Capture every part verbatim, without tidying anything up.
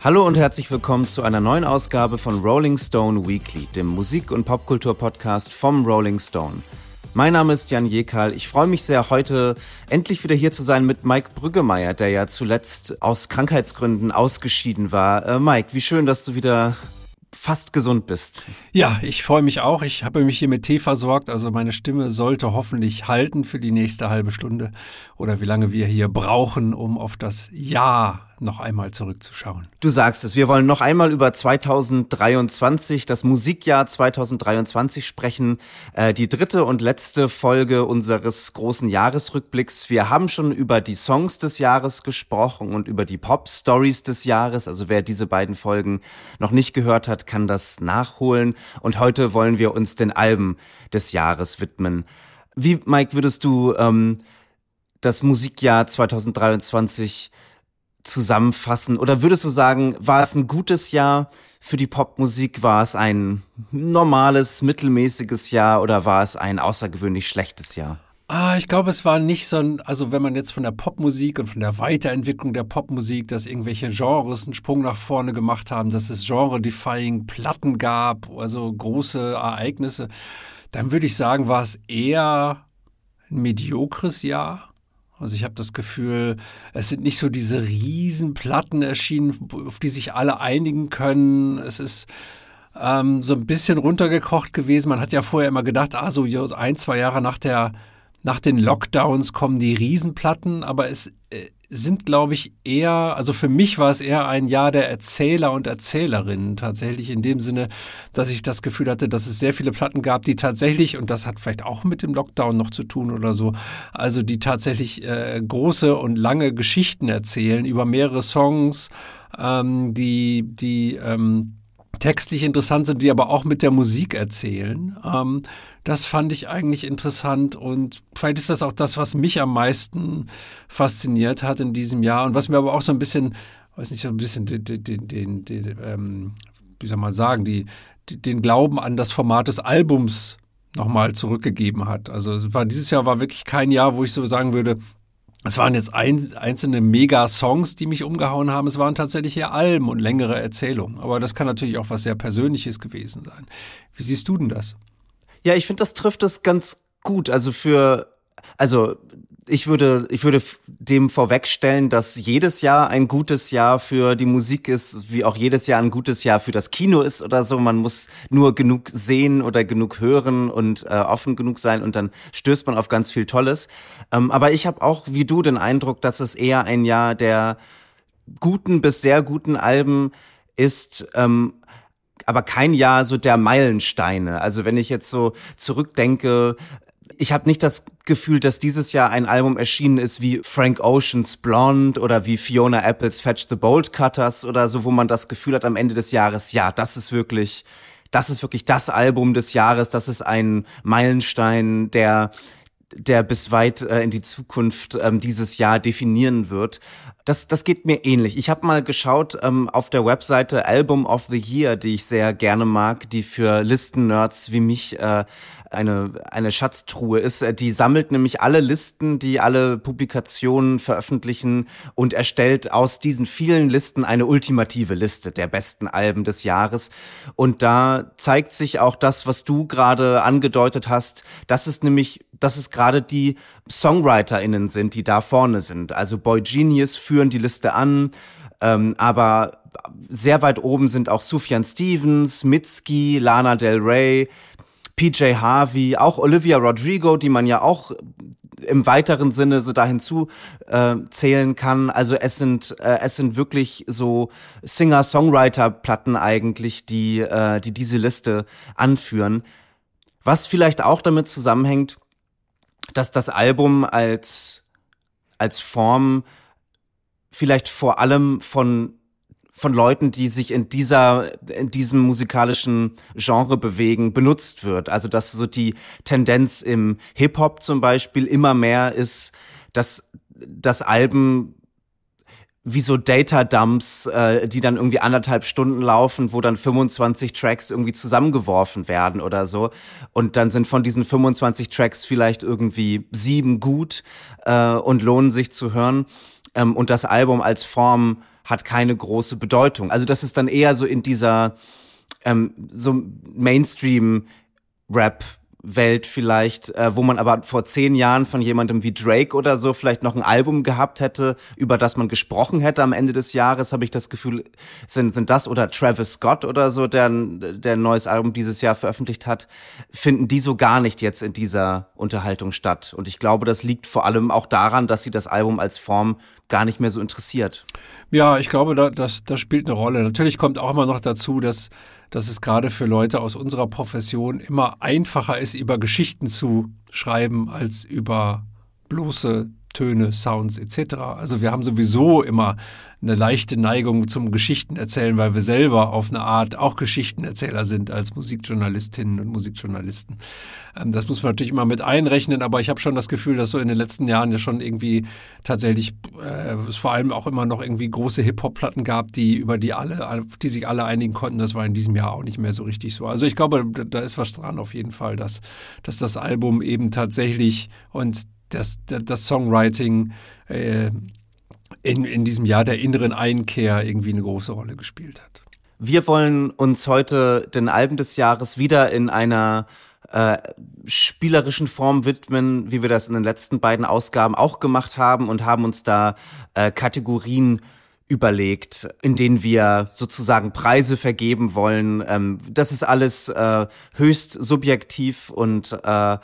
Hallo und herzlich willkommen zu einer neuen Ausgabe von Rolling Stone Weekly, dem Musik- und Popkultur-Podcast vom Rolling Stone. Mein Name ist Jan Jekal. Ich freue mich sehr, heute endlich wieder hier zu sein mit Mike Brüggemeier, der ja zuletzt aus Krankheitsgründen ausgeschieden war. Äh, Mike, wie schön, dass du wieder fast gesund bist. Ja, ich freue mich auch. Ich habe mich hier mit Tee versorgt, also meine Stimme sollte hoffentlich halten für die nächste halbe Stunde oder wie lange wir hier brauchen, um auf das Jahr noch einmal zurückzuschauen. Du sagst es, wir wollen noch einmal über zweitausenddreiundzwanzig, das Musikjahr zweitausenddreiundzwanzig sprechen, äh, die dritte und letzte Folge unseres großen Jahresrückblicks. Wir haben schon über die Songs des Jahres gesprochen und über die Pop-Stories des Jahres, also wer diese beiden Folgen noch nicht gehört hat, kann das nachholen und heute wollen wir uns den Alben des Jahres widmen. Wie, Mike, würdest du ähm, das Musikjahr zweitausenddreiundzwanzig zusammenfassen? Oder würdest du sagen, war es ein gutes Jahr für die Popmusik? War es ein normales, mittelmäßiges Jahr oder war es ein außergewöhnlich schlechtes Jahr? Ah, ich glaube, es war nicht so ein, also wenn man jetzt von der Popmusik und von der Weiterentwicklung der Popmusik, dass irgendwelche Genres einen Sprung nach vorne gemacht haben, dass es genre-defying Platten gab, also große Ereignisse, dann würde ich sagen, war es eher ein mediokres Jahr. Also ich habe das Gefühl, es sind nicht so diese Riesenplatten erschienen, auf die sich alle einigen können. Es ist ähm, so ein bisschen runtergekocht gewesen. Man hat ja vorher immer gedacht, ah, so ein, zwei Jahre nach der, nach den Lockdowns kommen die Riesenplatten. Aber es äh, sind, glaube ich, eher, also für mich war es eher ein Jahr der Erzähler und Erzählerinnen tatsächlich in dem Sinne, dass ich das Gefühl hatte, dass es sehr viele Platten gab, die tatsächlich, und das hat vielleicht auch mit dem Lockdown noch zu tun oder so, also die tatsächlich äh, große und lange Geschichten erzählen über mehrere Songs, ähm, die, die ähm, textlich interessant sind, die aber auch mit der Musik erzählen. Ähm, das fand ich eigentlich interessant und vielleicht ist das auch das, was mich am meisten fasziniert hat in diesem Jahr und was mir aber auch so ein bisschen, weiß nicht, so ein bisschen den, den, den, den, den ähm, wie soll man sagen, die, die, den Glauben an das Format des Albums nochmal zurückgegeben hat. Also es war, dieses Jahr war wirklich kein Jahr, wo ich so sagen würde, es waren jetzt ein, einzelne Mega-Songs, die mich umgehauen haben. Es waren tatsächlich eher Alben und längere Erzählungen. Aber das kann natürlich auch was sehr Persönliches gewesen sein. Wie siehst du denn das? Ja, ich finde, das trifft es ganz gut. Also für, also ich würde, ich würde dem vorwegstellen, dass jedes Jahr ein gutes Jahr für die Musik ist, wie auch jedes Jahr ein gutes Jahr für das Kino ist oder so. Man muss nur genug sehen oder genug hören und äh, offen genug sein und dann stößt man auf ganz viel Tolles. Ähm, aber ich habe auch, wie du, den Eindruck, dass es eher ein Jahr der guten bis sehr guten Alben ist, ähm, aber kein Jahr so der Meilensteine. Also wenn ich jetzt so zurückdenke, ich habe nicht das Gefühl, dass dieses Jahr ein Album erschienen ist wie Frank Ocean's Blonde oder wie Fiona Apples Fetch the Bolt Cutters oder so, wo man das Gefühl hat am Ende des Jahres, ja, das ist wirklich, das ist wirklich das Album des Jahres, das ist ein Meilenstein, der der bis weit äh, in die Zukunft ähm, dieses Jahr definieren wird. Das, das geht mir ähnlich. Ich habe mal geschaut ähm, auf der Webseite Album of the Year, die ich sehr gerne mag, die für Listen-Nerds wie mich äh, eine eine Schatztruhe ist. Die sammelt nämlich alle Listen, die alle Publikationen veröffentlichen und erstellt aus diesen vielen Listen eine ultimative Liste der besten Alben des Jahres. Und da zeigt sich auch das, was du gerade angedeutet hast. Das ist nämlich, dass es gerade die SongwriterInnen sind, die da vorne sind. Also Boy Genius führen die Liste an, ähm, aber sehr weit oben sind auch Sufjan Stevens, Mitski, Lana Del Rey, P J Harvey, auch Olivia Rodrigo, die man ja auch im weiteren Sinne so dahin zu äh, zählen kann. Also es sind äh, es sind wirklich so Singer-Songwriter-Platten eigentlich, die äh, die diese Liste anführen. Was vielleicht auch damit zusammenhängt, dass das Album als als Form vielleicht vor allem von von Leuten, die sich in dieser, in diesem musikalischen Genre bewegen, benutzt wird. Also, dass so die Tendenz im Hip-Hop zum Beispiel immer mehr ist, dass das Alben wie so Data-Dumps, äh, die dann irgendwie anderthalb Stunden laufen, wo dann fünfundzwanzig Tracks irgendwie zusammengeworfen werden oder so. Und dann sind von diesen fünfundzwanzig Tracks vielleicht irgendwie sieben gut äh, und lohnen sich zu hören. Ähm, und das Album als Form hat keine große Bedeutung. Also das ist dann eher so in dieser ähm, so Mainstream-Rap Welt vielleicht, äh, wo man aber vor zehn Jahren von jemandem wie Drake oder so vielleicht noch ein Album gehabt hätte, über das man gesprochen hätte am Ende des Jahres, habe ich das Gefühl, sind sind das oder Travis Scott oder so, der der ein neues Album dieses Jahr veröffentlicht hat, finden die so gar nicht jetzt in dieser Unterhaltung statt. Und ich glaube, das liegt vor allem auch daran, dass sie das Album als Form gar nicht mehr so interessiert. Ja, ich glaube, da, das, das spielt eine Rolle. Natürlich kommt auch immer noch dazu, dass dass es gerade für Leute aus unserer Profession immer einfacher ist, über Geschichten zu schreiben, als über bloße Töne, Sounds et cetera. Also wir haben sowieso immer eine leichte Neigung zum Geschichtenerzählen, weil wir selber auf eine Art auch Geschichtenerzähler sind als Musikjournalistinnen und Musikjournalisten. Das muss man natürlich immer mit einrechnen, aber ich habe schon das Gefühl, dass so in den letzten Jahren ja schon irgendwie tatsächlich äh, es vor allem auch immer noch irgendwie große Hip-Hop-Platten gab, die über die alle, auf die sich alle einigen konnten. Das war in diesem Jahr auch nicht mehr so richtig so. Also ich glaube, da ist was dran auf jeden Fall, dass, dass das Album eben tatsächlich und das, das Songwriting äh, in, in diesem Jahr der inneren Einkehr irgendwie eine große Rolle gespielt hat. Wir wollen uns heute den Alben des Jahres wieder in einer äh, spielerischen Form widmen, wie wir das in den letzten beiden Ausgaben auch gemacht haben und haben uns da äh, Kategorien überlegt, in denen wir sozusagen Preise vergeben wollen. Ähm, das ist alles äh, höchst subjektiv und äh,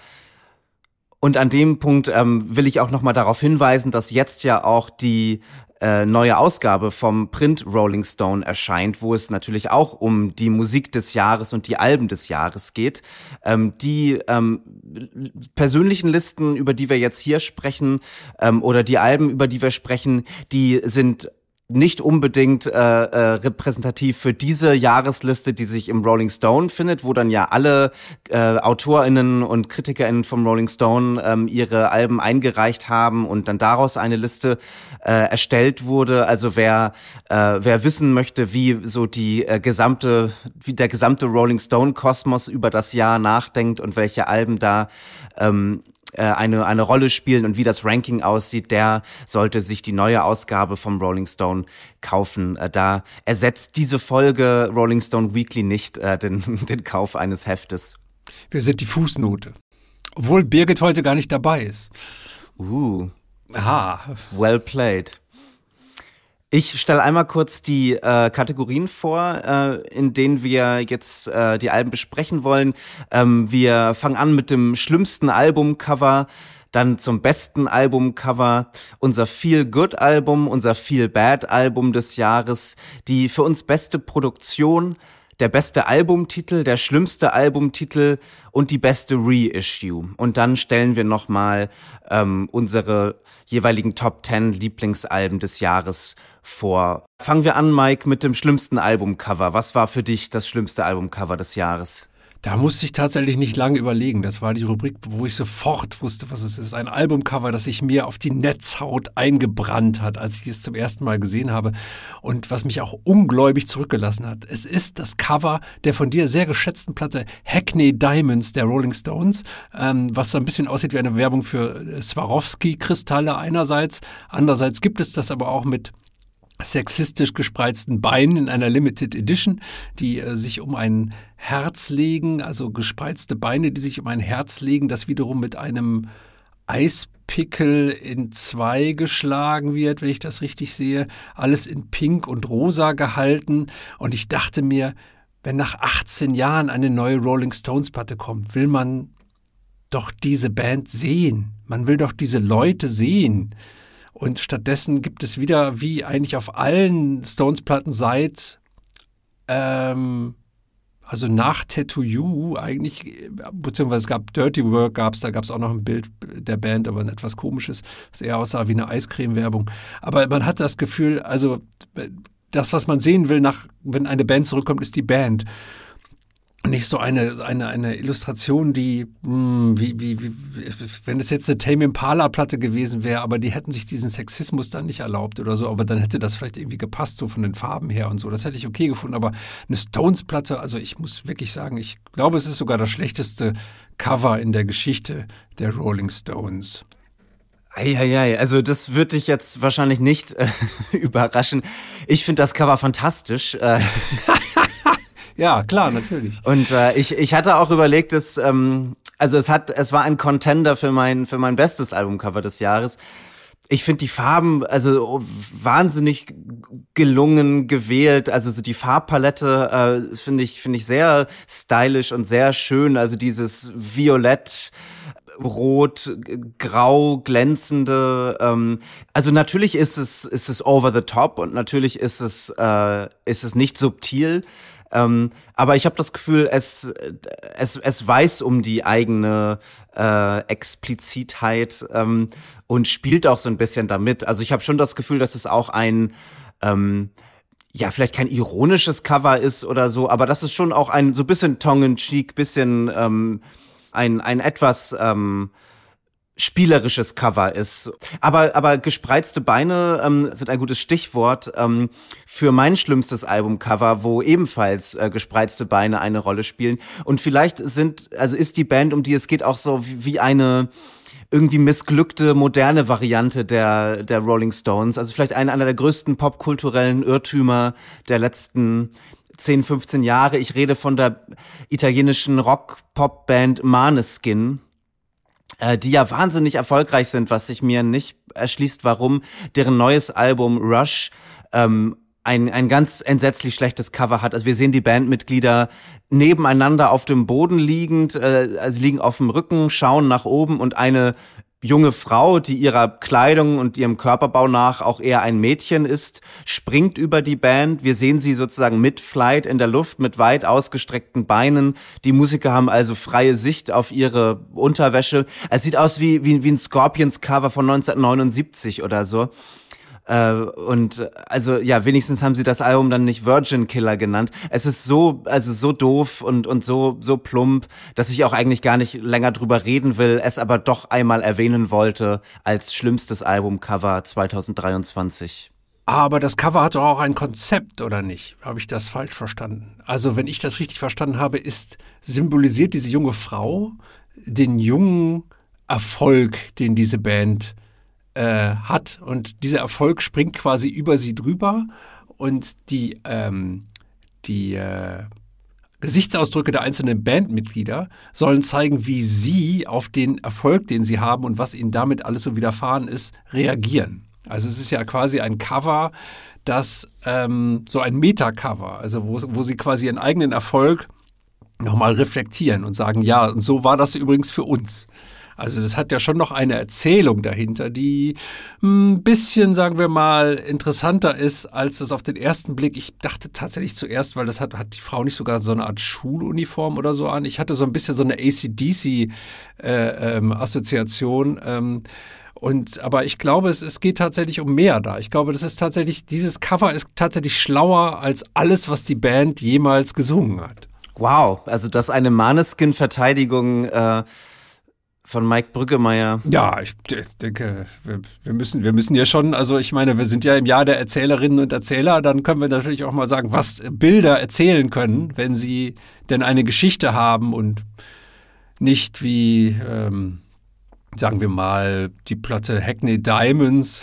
Und an dem Punkt ähm, will ich auch nochmal darauf hinweisen, dass jetzt ja auch die äh, neue Ausgabe vom Print Rolling Stone erscheint, wo es natürlich auch um die Musik des Jahres und die Alben des Jahres geht. Ähm, die ähm, persönlichen Listen, über die wir jetzt hier sprechen, ähm, oder die Alben, über die wir sprechen, die sind nicht unbedingt äh, äh, repräsentativ für diese Jahresliste, die sich im Rolling Stone findet, wo dann ja alle äh, AutorInnen und KritikerInnen vom Rolling Stone ähm, ihre Alben eingereicht haben und dann daraus eine Liste äh, erstellt wurde. Also wer äh, wer wissen möchte, wie so die äh, gesamte, wie der gesamte Rolling Stone Kosmos über das Jahr nachdenkt und welche Alben da ähm, eine eine Rolle spielen und wie das Ranking aussieht, der sollte sich die neue Ausgabe vom Rolling Stone kaufen. Da ersetzt diese Folge Rolling Stone Weekly nicht äh, den, den Kauf eines Heftes. Wir sind die Fußnote. Obwohl Birgit heute gar nicht dabei ist. Uh, aha. Well played. Ich stelle einmal kurz die äh, Kategorien vor, äh, in denen wir jetzt äh, die Alben besprechen wollen. Ähm, wir fangen an mit dem schlimmsten Albumcover, dann zum besten Albumcover, unser Feel-Good-Album, unser Feel-Bad-Album des Jahres, die für uns beste Produktion, der beste Albumtitel, der schlimmste Albumtitel und die beste Reissue. Und dann stellen wir nochmal ähm, unsere jeweiligen Top Ten Lieblingsalben des Jahres vor. Fangen wir an, Mike, mit dem schlimmsten Albumcover. Was war für dich das schlimmste Albumcover des Jahres? Da musste ich tatsächlich nicht lange überlegen. Das war die Rubrik, wo ich sofort wusste, was es ist. Ein Albumcover, das sich mir auf die Netzhaut eingebrannt hat, als ich es zum ersten Mal gesehen habe und was mich auch ungläubig zurückgelassen hat. Es ist das Cover der von dir sehr geschätzten Platte Hackney Diamonds der Rolling Stones, ähm, was so ein bisschen aussieht wie eine Werbung für Swarovski-Kristalle einerseits. Andererseits gibt es das aber auch mit sexistisch gespreizten Beinen in einer Limited Edition, die äh, sich um ein Herz legen, also gespreizte Beine, die sich um ein Herz legen, das wiederum mit einem Eispickel in zwei geschlagen wird, wenn ich das richtig sehe. Alles in Pink und Rosa gehalten. Und ich dachte mir, wenn nach achtzehn Jahren eine neue Rolling Stones Platte kommt, will man doch diese Band sehen. Man will doch diese Leute sehen. Und stattdessen gibt es wieder, wie eigentlich auf allen Stones-Platten seit, ähm, also nach Tattoo You eigentlich, beziehungsweise es gab Dirty Work, gab's, da gab es auch noch ein Bild der Band, aber ein etwas komisches, das eher aussah wie eine Eiscreme-Werbung. Aber man hat das Gefühl, also das, was man sehen will, nach, wenn eine Band zurückkommt, ist die Band. Nicht so eine, eine, eine Illustration, die, mh, wie, wie, wie, wenn es jetzt eine Tame Impala-Platte gewesen wäre, aber die hätten sich diesen Sexismus dann nicht erlaubt oder so, aber dann hätte das vielleicht irgendwie gepasst, so von den Farben her und so. Das hätte ich okay gefunden, aber eine Stones-Platte, also ich muss wirklich sagen, ich glaube, es ist sogar das schlechteste Cover in der Geschichte der Rolling Stones. Eieiei, also das würde dich jetzt wahrscheinlich nicht äh, überraschen. Ich finde das Cover fantastisch. Äh, Ja, klar, natürlich. und äh, ich, ich hatte auch überlegt, dass, ähm, also es hat, es war ein Contender für mein, für mein bestes Albumcover des Jahres. Ich finde die Farben also wahnsinnig gelungen gewählt. Also so die Farbpalette äh, finde ich finde ich sehr stylisch und sehr schön. Also dieses Violett, Rot, Grau, glänzende. Ähm, also natürlich ist es ist es over the top und natürlich ist es äh, ist es nicht subtil. Ähm, aber ich habe das Gefühl, es, es, es weiß um die eigene äh, Explizitheit ähm, und spielt auch so ein bisschen damit. Also ich habe schon das Gefühl, dass es auch ein, ähm, ja, vielleicht kein ironisches Cover ist oder so, aber das ist schon auch ein so bisschen tongue-in-cheek, bisschen ähm, ein, ein etwas ähm, spielerisches Cover ist. Aber, aber gespreizte Beine ähm, sind ein gutes Stichwort ähm, für mein schlimmstes Albumcover, wo ebenfalls äh, gespreizte Beine eine Rolle spielen. Und vielleicht sind, also ist die Band, um die es geht, auch so wie, wie eine irgendwie missglückte moderne Variante der, der Rolling Stones. Also vielleicht eine, einer der größten popkulturellen Irrtümer der letzten zehn, fünfzehn Jahre. Ich rede von der italienischen Rock-Pop-Band Maneskin, die ja wahnsinnig erfolgreich sind, was sich mir nicht erschließt, warum deren neues Album Rush ähm, ein ein ganz entsetzlich schlechtes Cover hat. Also wir sehen die Bandmitglieder nebeneinander auf dem Boden liegend, äh, also liegen auf dem Rücken, schauen nach oben und eine junge Frau, die ihrer Kleidung und ihrem Körperbau nach auch eher ein Mädchen ist, springt über die Band. Wir sehen sie sozusagen mit Flight in der Luft, mit weit ausgestreckten Beinen. Die Musiker haben also freie Sicht auf ihre Unterwäsche. Es sieht aus wie, wie, wie ein Scorpions-Cover von neunzehnhundertneunundsiebzig oder so. Äh, und also ja, wenigstens haben sie das Album dann nicht Virgin Killer genannt. Es ist so, also so doof und und so so plump, dass ich auch eigentlich gar nicht länger drüber reden will, es aber doch einmal erwähnen wollte als schlimmstes Albumcover zwanzig dreiundzwanzig. Aber das Cover hat doch auch ein Konzept, oder nicht? Habe ich das falsch verstanden? Also, wenn ich das richtig verstanden habe, ist symbolisiert diese junge Frau den jungen Erfolg, den diese Band äh, hat. Und dieser Erfolg springt quasi über sie drüber. Und die, ähm, die äh, Gesichtsausdrücke der einzelnen Bandmitglieder sollen zeigen, wie sie auf den Erfolg, den sie haben und was ihnen damit alles so widerfahren ist, reagieren. Also es ist ja quasi ein Cover, das ähm, so ein Meta-Cover, also wo, wo sie quasi ihren eigenen Erfolg nochmal reflektieren und sagen, ja, und so war das übrigens für uns. Also das hat ja schon noch eine Erzählung dahinter, die ein bisschen, sagen wir mal, interessanter ist, als es auf den ersten Blick. Ich dachte tatsächlich zuerst, weil das hat, hat die Frau nicht sogar so eine Art Schuluniform oder so an. Ich hatte so ein bisschen so eine A C D C-Assoziation. Äh, ähm, Und, aber ich glaube, es, es geht tatsächlich um mehr da. Ich glaube, das ist tatsächlich, dieses Cover ist tatsächlich schlauer als alles, was die Band jemals gesungen hat. Wow, also das ist eine Maneskin-Verteidigung äh, von Mike Brüggemeier. Ja, ich denke, wir, wir müssen, wir müssen ja schon, also ich meine, wir sind ja im Jahr der Erzählerinnen und Erzähler, dann können wir natürlich auch mal sagen, was Bilder erzählen können, wenn sie denn eine Geschichte haben und nicht wie, ähm, sagen wir mal, die Platte Hackney Diamonds.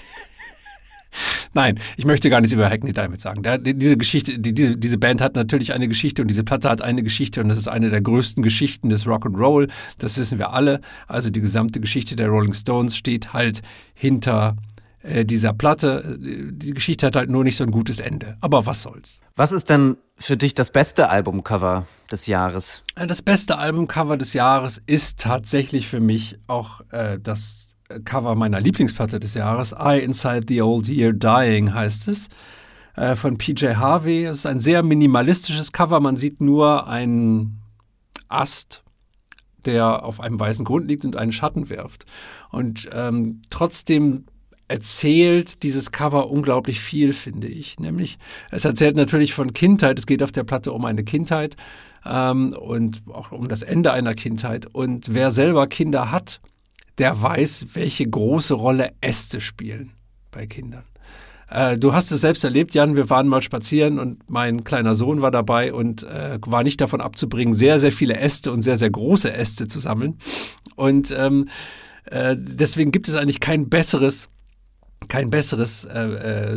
Nein, ich möchte gar nichts über Hackney Diamonds sagen. Da, diese Geschichte, die, diese, diese Band hat natürlich eine Geschichte und diese Platte hat eine Geschichte und das ist eine der größten Geschichten des Rock'n'Roll. Das wissen wir alle. Also die gesamte Geschichte der Rolling Stones steht halt hinter äh, dieser Platte. Die Geschichte hat halt nur nicht so ein gutes Ende. Aber was soll's. Was ist denn für dich das beste Albumcover des Jahres? Das beste Albumcover des Jahres ist tatsächlich für mich auch äh, das Cover meiner Lieblingsplatte des Jahres. I Inside the Old Year Dying heißt es, äh, von P J Harvey. Es ist ein sehr minimalistisches Cover. Man sieht nur einen Ast, der auf einem weißen Grund liegt und einen Schatten wirft. Und ähm, trotzdem erzählt dieses Cover unglaublich viel, finde ich. Nämlich, es erzählt natürlich von Kindheit. Es geht auf der Platte um eine Kindheit ähm, und auch um das Ende einer Kindheit. Und wer selber Kinder hat, der weiß, welche große Rolle Äste spielen bei Kindern. Äh, du hast es selbst erlebt, Jan, wir waren mal spazieren und mein kleiner Sohn war dabei und äh, war nicht davon abzubringen, sehr, sehr viele Äste und sehr, sehr große Äste zu sammeln. Und ähm, äh, deswegen gibt es eigentlich kein besseres kein besseres äh, äh,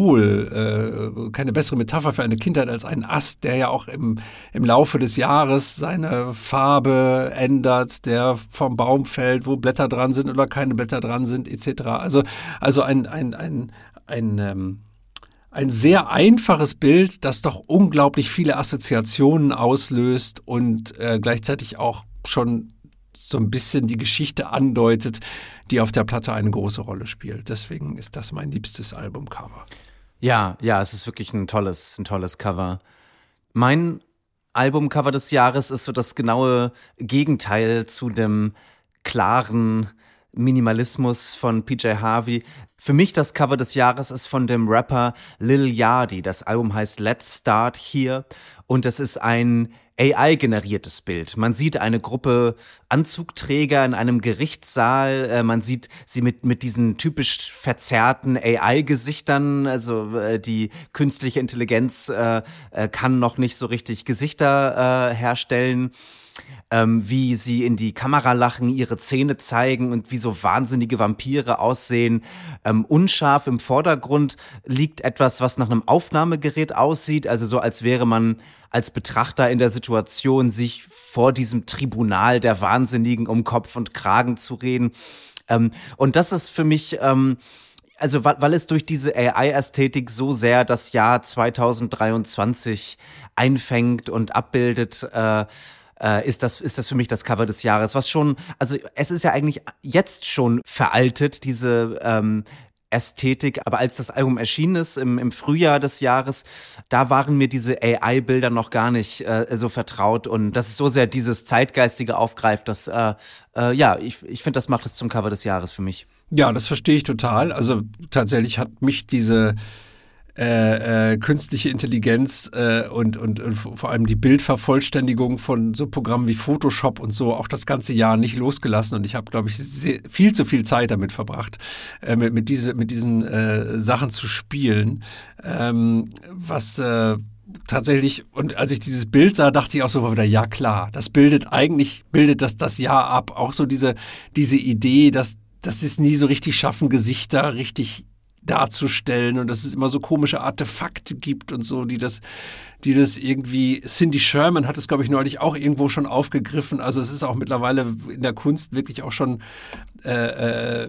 Symbol, äh, keine bessere Metapher für eine Kindheit als ein Ast, der ja auch im, im Laufe des Jahres seine Farbe ändert, der vom Baum fällt, wo Blätter dran sind oder keine Blätter dran sind, et cetera. Also, also ein, ein, ein, ein, ähm, ein sehr einfaches Bild, das doch unglaublich viele Assoziationen auslöst und äh, gleichzeitig auch schon so ein bisschen die Geschichte andeutet, die auf der Platte eine große Rolle spielt. Deswegen ist das mein liebstes Albumcover. Ja, ja, es ist wirklich ein tolles, ein tolles Cover. Mein Albumcover des Jahres ist so das genaue Gegenteil zu dem klaren Minimalismus von P J Harvey. Für mich das Cover des Jahres ist von dem Rapper Lil Yachty. Das Album heißt Let's Start Here und es ist ein A I-generiertes Bild. Man sieht eine Gruppe Anzugträger in einem Gerichtssaal. Äh, man sieht sie mit, mit diesen typisch verzerrten A I-Gesichtern. Also äh, die künstliche Intelligenz äh, äh, kann noch nicht so richtig Gesichter äh, herstellen. Ähm, wie sie in die Kamera lachen, ihre Zähne zeigen und wie so wahnsinnige Vampire aussehen. Ähm, unscharf im Vordergrund liegt etwas, was nach einem Aufnahmegerät aussieht, also so als wäre man als Betrachter in der Situation, sich vor diesem Tribunal der Wahnsinnigen um Kopf und Kragen zu reden. Ähm, und das ist für mich, ähm, also weil, weil es durch diese A I-Ästhetik so sehr das Jahr zwanzig dreiundzwanzig einfängt und abbildet, äh, Äh, ist das, ist das für mich das Cover des Jahres, was schon, also es ist ja eigentlich jetzt schon veraltet, diese ähm, Ästhetik, aber als das Album erschienen ist im, im Frühjahr des Jahres, da waren mir diese A I-Bilder noch gar nicht äh, so vertraut und das ist so sehr dieses Zeitgeistige aufgreift, dass, äh, äh, ja, ich, ich finde, das macht es zum Cover des Jahres für mich. Ja, das verstehe ich total. Also tatsächlich hat mich diese Äh, äh, künstliche Intelligenz äh, und, und, und vor allem die Bildvervollständigung von so Programmen wie Photoshop und so auch das ganze Jahr nicht losgelassen und ich habe, glaube ich, sehr, viel zu viel Zeit damit verbracht, äh, mit, mit, diese, mit diesen äh, Sachen zu spielen, ähm, was äh, tatsächlich, und als ich dieses Bild sah, dachte ich auch so wieder, ja klar, das bildet eigentlich, bildet das das Jahr ab, auch so diese, diese Idee, dass, dass sie es nie so richtig schaffen, Gesichter richtig darzustellen und dass es immer so komische Artefakte gibt und so, die das, die das irgendwie, Cindy Sherman hat es, glaube ich, neulich auch irgendwo schon aufgegriffen, also es ist auch mittlerweile in der Kunst wirklich auch schon äh, äh,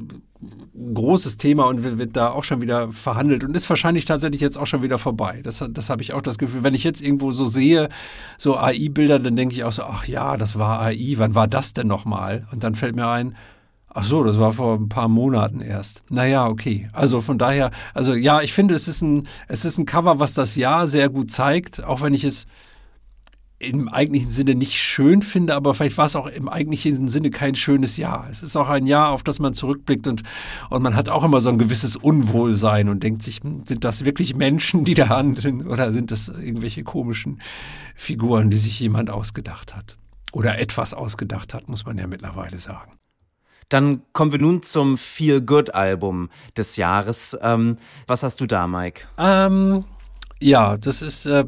ein großes Thema und wird da auch schon wieder verhandelt und ist wahrscheinlich tatsächlich jetzt auch schon wieder vorbei. Das, das habe ich auch das Gefühl, wenn ich jetzt irgendwo so sehe, so A I-Bilder, dann denke ich auch so, ach ja, das war A I, wann war das denn nochmal? Und dann fällt mir ein, ach so, das war vor ein paar Monaten erst. Naja, okay. Also von daher, also ja, ich finde, es ist ein, es ist ein Cover, was das Jahr sehr gut zeigt, auch wenn ich es im eigentlichen Sinne nicht schön finde, aber vielleicht war es auch im eigentlichen Sinne kein schönes Jahr. Es ist auch ein Jahr, auf das man zurückblickt und, und man hat auch immer so ein gewisses Unwohlsein und denkt sich, sind das wirklich Menschen, die da handeln oder sind das irgendwelche komischen Figuren, die sich jemand ausgedacht hat? Oder etwas ausgedacht hat, muss man ja mittlerweile sagen. Dann kommen wir nun zum Feel-Good-Album des Jahres. Ähm, was hast du da, Mike? Ähm, ja, das ist äh, äh,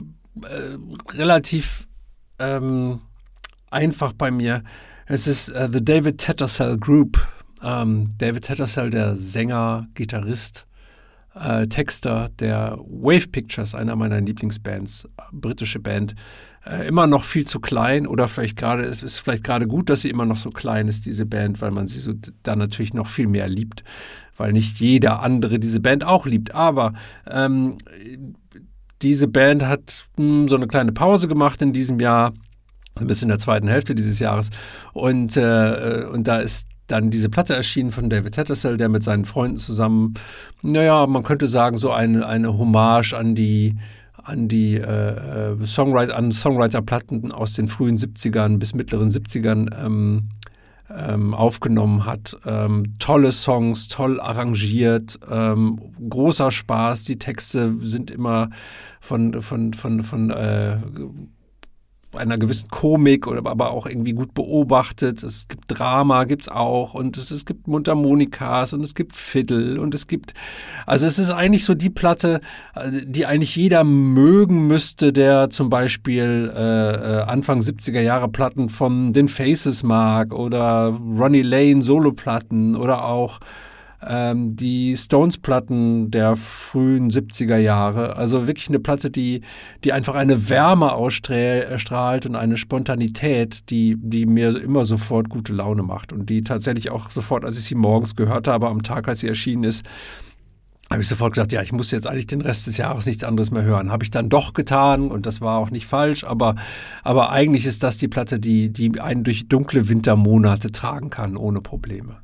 relativ ähm, einfach bei mir. Es ist äh, The David Tattersall Group. Ähm, David Tattersall, der Sänger, Gitarrist, äh, Texter der Wave Pictures, einer meiner Lieblingsbands, britische Band. Äh, immer noch viel zu klein oder vielleicht gerade, es ist vielleicht gerade gut, dass sie immer noch so klein ist, diese Band, weil man sie so dann natürlich noch viel mehr liebt, weil nicht jeder andere diese Band auch liebt. Aber ähm, diese Band hat mh, so eine kleine Pause gemacht in diesem Jahr, ein bisschen in der zweiten Hälfte dieses Jahres und, äh, und da ist dann diese Platte erschienen von David Tattersall, der mit seinen Freunden zusammen, naja, man könnte sagen, so eine, eine Hommage an die an die äh, Songwriter, an Songwriter-Platten aus den frühen siebzigern bis mittleren siebzigern ähm, ähm, aufgenommen hat. Ähm, tolle Songs, toll arrangiert, ähm, großer Spaß. Die Texte sind immer von, von, von, von äh, einer gewissen Komik oder aber auch irgendwie gut beobachtet. Es gibt Drama, gibt's auch und es, es gibt Mundharmonikas und es gibt Fiddle und es gibt, also es ist eigentlich so die Platte, die eigentlich jeder mögen müsste, der zum Beispiel äh, Anfang siebziger Jahre Platten von den Faces mag oder Ronnie Lane Soloplatten oder auch ähm, die Stones-Platten der frühen siebziger Jahre. Also wirklich eine Platte, die, die einfach eine Wärme ausstrahlt und eine Spontanität, die, die mir immer sofort gute Laune macht und die tatsächlich auch sofort, als ich sie morgens gehört habe, am Tag, als sie erschienen ist, habe ich sofort gedacht, ja, ich muss jetzt eigentlich den Rest des Jahres nichts anderes mehr hören. Habe ich dann doch getan und das war auch nicht falsch, aber, aber eigentlich ist das die Platte, die, die einen durch dunkle Wintermonate tragen kann, ohne Probleme.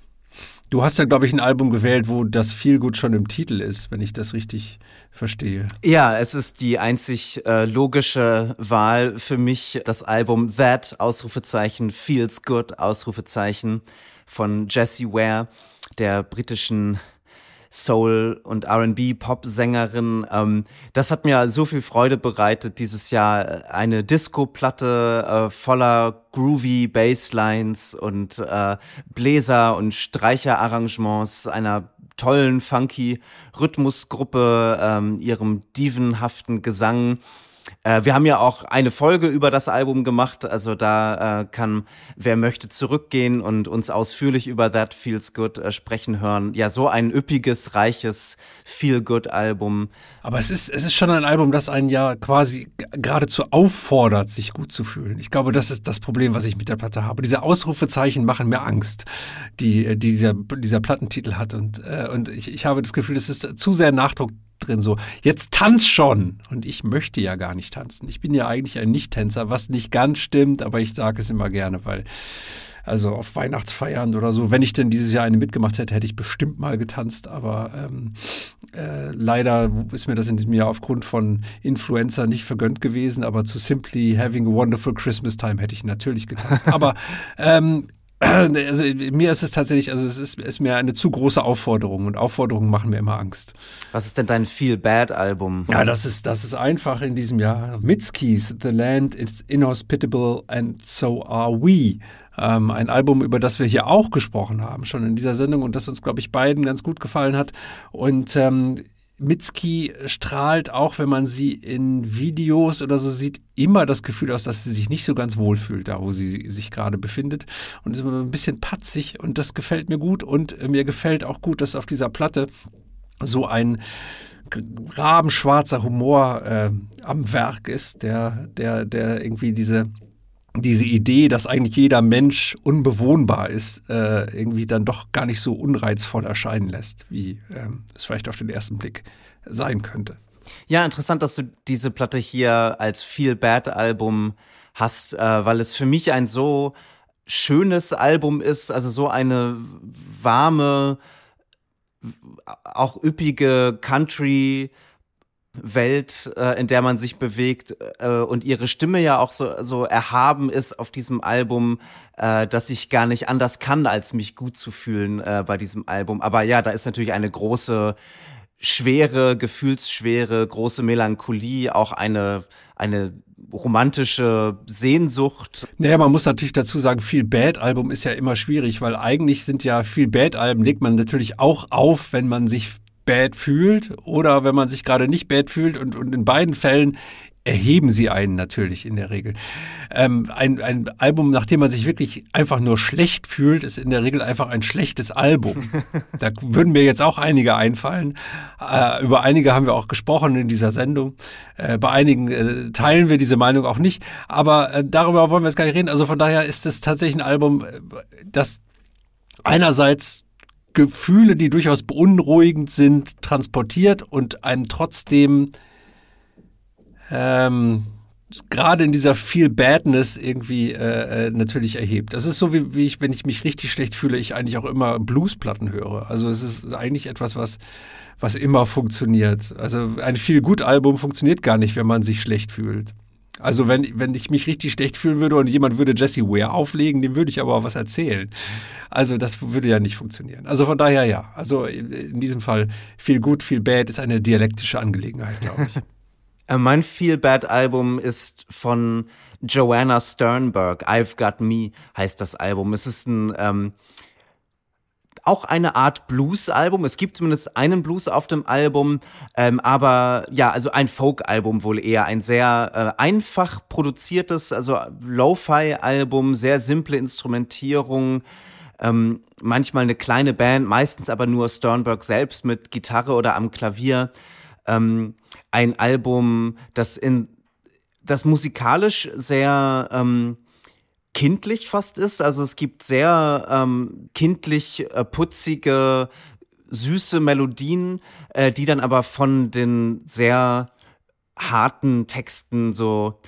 Du hast ja, glaube ich, ein Album gewählt, wo das Feelgood schon im Titel ist, wenn ich das richtig verstehe. Ja, es ist die einzig äh, logische Wahl für mich, das Album That, Ausrufezeichen, Feels Good, Ausrufezeichen, von Jessie Ware, der britischen Soul- und R and B-Pop-Sängerin. Ähm, das hat mir so viel Freude bereitet, dieses Jahr eine Disco-Platte äh, voller groovy Basslines und äh, Bläser- und Streicherarrangements einer tollen, funky Rhythmusgruppe, ähm, ihrem divenhaften Gesang. Äh, wir haben ja auch eine Folge über das Album gemacht, also da äh, kann, wer möchte, zurückgehen und uns ausführlich über That Feels Good äh, sprechen hören. Ja, so ein üppiges, reiches Feel-Good-Album. Aber es ist, es ist schon ein Album, das einen ja quasi geradezu auffordert, sich gut zu fühlen. Ich glaube, das ist das Problem, was ich mit der Platte habe. Diese Ausrufezeichen machen mir Angst, die, die dieser, dieser Plattentitel hat. Und, äh, und ich, ich habe das Gefühl, es ist zu sehr Nachdruck drin, so, jetzt tanz schon. Und ich möchte ja gar nicht tanzen. Ich bin ja eigentlich ein Nicht-Tänzer, was nicht ganz stimmt, aber ich sage es immer gerne, weil also auf Weihnachtsfeiern oder so, wenn ich denn dieses Jahr eine mitgemacht hätte, hätte ich bestimmt mal getanzt, aber ähm, äh, leider ist mir das in diesem Jahr aufgrund von Influencer nicht vergönnt gewesen, aber zu Simply Having a Wonderful Christmas Time hätte ich natürlich getanzt. Aber ähm, also mir ist es tatsächlich, also es ist, ist mir eine zu große Aufforderung und Aufforderungen machen mir immer Angst. Was ist denn dein Feel-Bad-Album? Ja, das ist, das ist einfach in diesem Jahr. Mitski's The Land is Inhospitable and So Are We. Ähm, ein Album, über das wir hier auch gesprochen haben, schon in dieser Sendung und das uns, glaube ich, beiden ganz gut gefallen hat. Und ähm, Mitski strahlt auch, wenn man sie in Videos oder so sieht, immer das Gefühl aus, dass sie sich nicht so ganz wohl fühlt, da wo sie sich gerade befindet und ist immer ein bisschen patzig und das gefällt mir gut und mir gefällt auch gut, dass auf dieser Platte so ein rabenschwarzer Humor äh, am Werk ist, der, der, der irgendwie diese diese Idee, dass eigentlich jeder Mensch unbewohnbar ist, äh, irgendwie dann doch gar nicht so unreizvoll erscheinen lässt, wie ähm, es vielleicht auf den ersten Blick sein könnte. Ja, interessant, dass du diese Platte hier als Feel-Bad-Album hast, äh, weil es für mich ein so schönes Album ist, also so eine warme, auch üppige Country- Welt, äh, in der man sich bewegt äh, und ihre Stimme ja auch so, so erhaben ist auf diesem Album, äh, dass ich gar nicht anders kann, als mich gut zu fühlen äh, bei diesem Album. Aber ja, da ist natürlich eine große Schwere, Gefühlsschwere, große Melancholie, auch eine, eine romantische Sehnsucht. Naja, man muss natürlich dazu sagen, Feel-Bad-Album ist ja immer schwierig, weil eigentlich sind ja Feel-Bad-Alben, legt man natürlich auch auf, wenn man sich bad fühlt oder wenn man sich gerade nicht bad fühlt und, und in beiden Fällen erheben sie einen natürlich in der Regel. Ähm, ein, ein Album, nachdem man sich wirklich einfach nur schlecht fühlt, ist in der Regel einfach ein schlechtes Album. Da würden mir jetzt auch einige einfallen. Äh, über einige haben wir auch gesprochen in dieser Sendung. Äh, bei einigen äh, teilen wir diese Meinung auch nicht. Aber äh, darüber wollen wir jetzt gar nicht reden. Also von daher ist es tatsächlich ein Album, das einerseits Gefühle, die durchaus beunruhigend sind, transportiert und einem trotzdem ähm, gerade in dieser Feel-Badness irgendwie äh, natürlich erhebt. Das ist so, wie, wie ich, wenn ich mich richtig schlecht fühle, ich eigentlich auch immer Bluesplatten höre. Also es ist eigentlich etwas, was, was immer funktioniert. Also ein Feel-Good-Album funktioniert gar nicht, wenn man sich schlecht fühlt. Also wenn, wenn ich mich richtig schlecht fühlen würde und jemand würde Jessie Ware auflegen, dem würde ich aber auch was erzählen. Also das würde ja nicht funktionieren. Also von daher ja. Also in diesem Fall viel gut, viel bad ist eine dialektische Angelegenheit, glaube ich. Äh, mein Feel-Bad-Album ist von Joanna Sternberg. I've Got Me heißt das Album. Es ist ein ähm, auch eine Art Blues-Album. Es gibt zumindest einen Blues auf dem Album, ähm, aber ja, also ein Folk-Album wohl eher. Ein sehr äh, einfach produziertes, also Lo-Fi-Album, sehr simple Instrumentierung, ähm, manchmal eine kleine Band, meistens aber nur Sternberg selbst mit Gitarre oder am Klavier. Ähm, ein Album, das in das musikalisch sehr ähm, kindlich fast ist. Also es gibt sehr ähm, kindlich äh, putzige, süße Melodien, äh, die dann aber von den sehr harten Texten so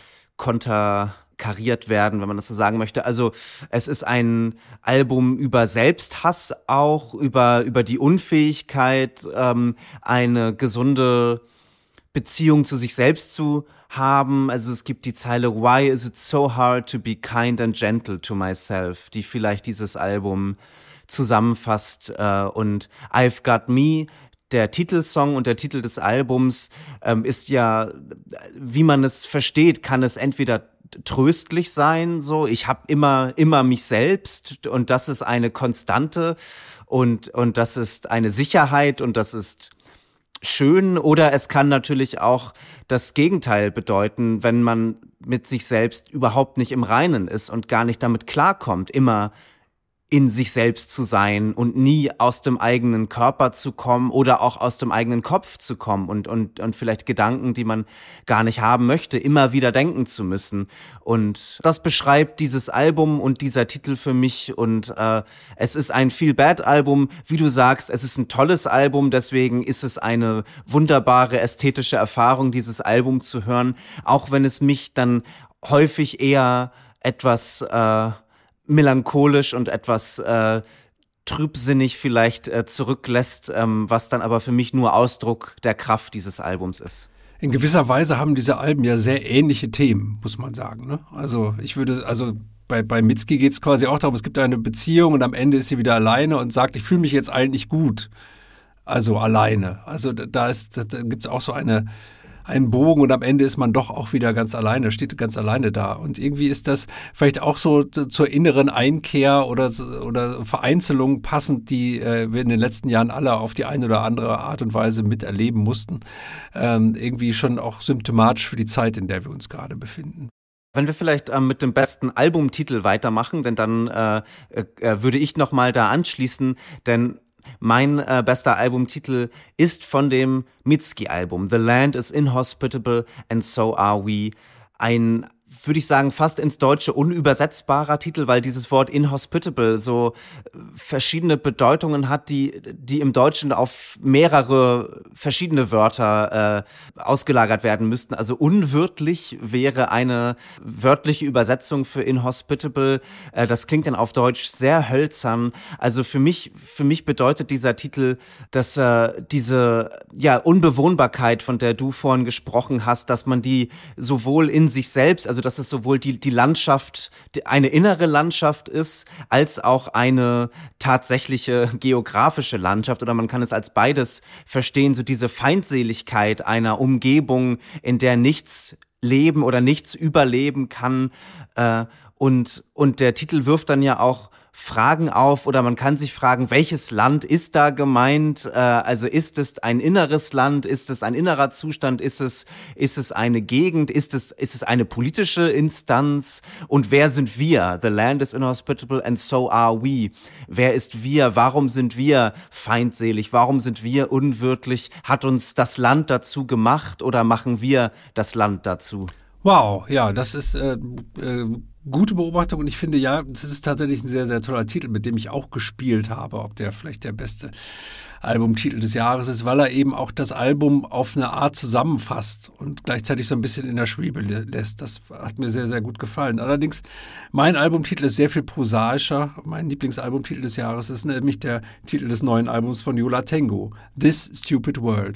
konterkariert werden, wenn man das so sagen möchte. Also es ist ein Album über Selbsthass auch, über, über die Unfähigkeit, ähm, eine gesunde Beziehung zu sich selbst zu haben. Also es gibt die Zeile Why is it so hard to be kind and gentle to myself, die vielleicht dieses Album zusammenfasst. Äh, und I've Got Me, der Titelsong und der Titel des Albums, ähm, ist ja, wie man es versteht, kann es entweder tröstlich sein, so ich habe immer immer mich selbst und das ist eine Konstante und und das ist eine Sicherheit und das ist schön, oder es kann natürlich auch das Gegenteil bedeuten, wenn man mit sich selbst überhaupt nicht im Reinen ist und gar nicht damit klarkommt, immer in sich selbst zu sein und nie aus dem eigenen Körper zu kommen oder auch aus dem eigenen Kopf zu kommen und, und, und vielleicht Gedanken, die man gar nicht haben möchte, immer wieder denken zu müssen. Und das beschreibt dieses Album und dieser Titel für mich und äh, es ist ein Feel-Bad-Album, wie du sagst, es ist ein tolles Album, deswegen ist es eine wunderbare ästhetische Erfahrung, dieses Album zu hören, auch wenn es mich dann häufig eher etwas äh, melancholisch und etwas äh, trübsinnig vielleicht äh, zurücklässt, ähm, was dann aber für mich nur Ausdruck der Kraft dieses Albums ist. In gewisser Weise haben diese Alben ja sehr ähnliche Themen, muss man sagen. Ne? Also ich würde, also bei, bei Mitski geht es quasi auch darum, es gibt eine Beziehung und am Ende ist sie wieder alleine und sagt, ich fühle mich jetzt eigentlich gut. Also alleine. Also da ist, da gibt es auch so eine einen Bogen und am Ende ist man doch auch wieder ganz alleine, steht ganz alleine da. Und irgendwie ist das vielleicht auch so zur inneren Einkehr oder, oder Vereinzelung passend, die äh, wir in den letzten Jahren alle auf die eine oder andere Art und Weise miterleben mussten. Ähm, irgendwie schon auch symptomatisch für die Zeit, in der wir uns gerade befinden. Wenn wir vielleicht ähm, mit dem besten Albumtitel weitermachen, denn dann äh, äh, würde ich noch mal da anschließen, denn mein äh, bester Albumtitel ist von dem Mitski-Album. The Land is Inhospitable and So Are We. Ein, würde ich sagen, fast ins Deutsche unübersetzbarer Titel, weil dieses Wort inhospitable so verschiedene Bedeutungen hat, die, die im Deutschen auf mehrere verschiedene Wörter äh, ausgelagert werden müssten. Also unwirtlich wäre eine wörtliche Übersetzung für inhospitable. Äh, das klingt dann auf Deutsch sehr hölzern. Also für mich, für mich bedeutet dieser Titel, dass äh, diese ja, Unbewohnbarkeit, von der du vorhin gesprochen hast, dass man die sowohl in sich selbst, also dass es sowohl die, die Landschaft, die, eine innere Landschaft ist, als auch eine tatsächliche geografische Landschaft, oder man kann es als beides verstehen, so diese Feindseligkeit einer Umgebung, in der nichts leben oder nichts überleben kann. Äh, und, und der Titel wirft dann ja auch Fragen auf, oder man kann sich fragen, welches Land ist da gemeint? Äh, also ist es ein inneres Land? Ist es ein innerer Zustand? Ist es, ist es eine Gegend? Ist es, ist es eine politische Instanz? Und wer sind wir? The land is inhospitable and so are we. Wer ist wir? Warum sind wir feindselig? Warum sind wir unwirtlich? Hat uns das Land dazu gemacht oder machen wir das Land dazu? Wow, ja, das ist äh, äh, gute Beobachtung und ich finde, ja, das ist tatsächlich ein sehr, sehr toller Titel, mit dem ich auch gespielt habe, ob der vielleicht der beste Albumtitel des Jahres ist, weil er eben auch das Album auf eine Art zusammenfasst und gleichzeitig so ein bisschen in der Schwebe lässt. Das hat mir sehr, sehr gut gefallen. Allerdings, mein Albumtitel ist sehr viel prosaischer. Mein Lieblingsalbumtitel des Jahres ist nämlich der Titel des neuen Albums von Yo La Tengo, This Stupid World.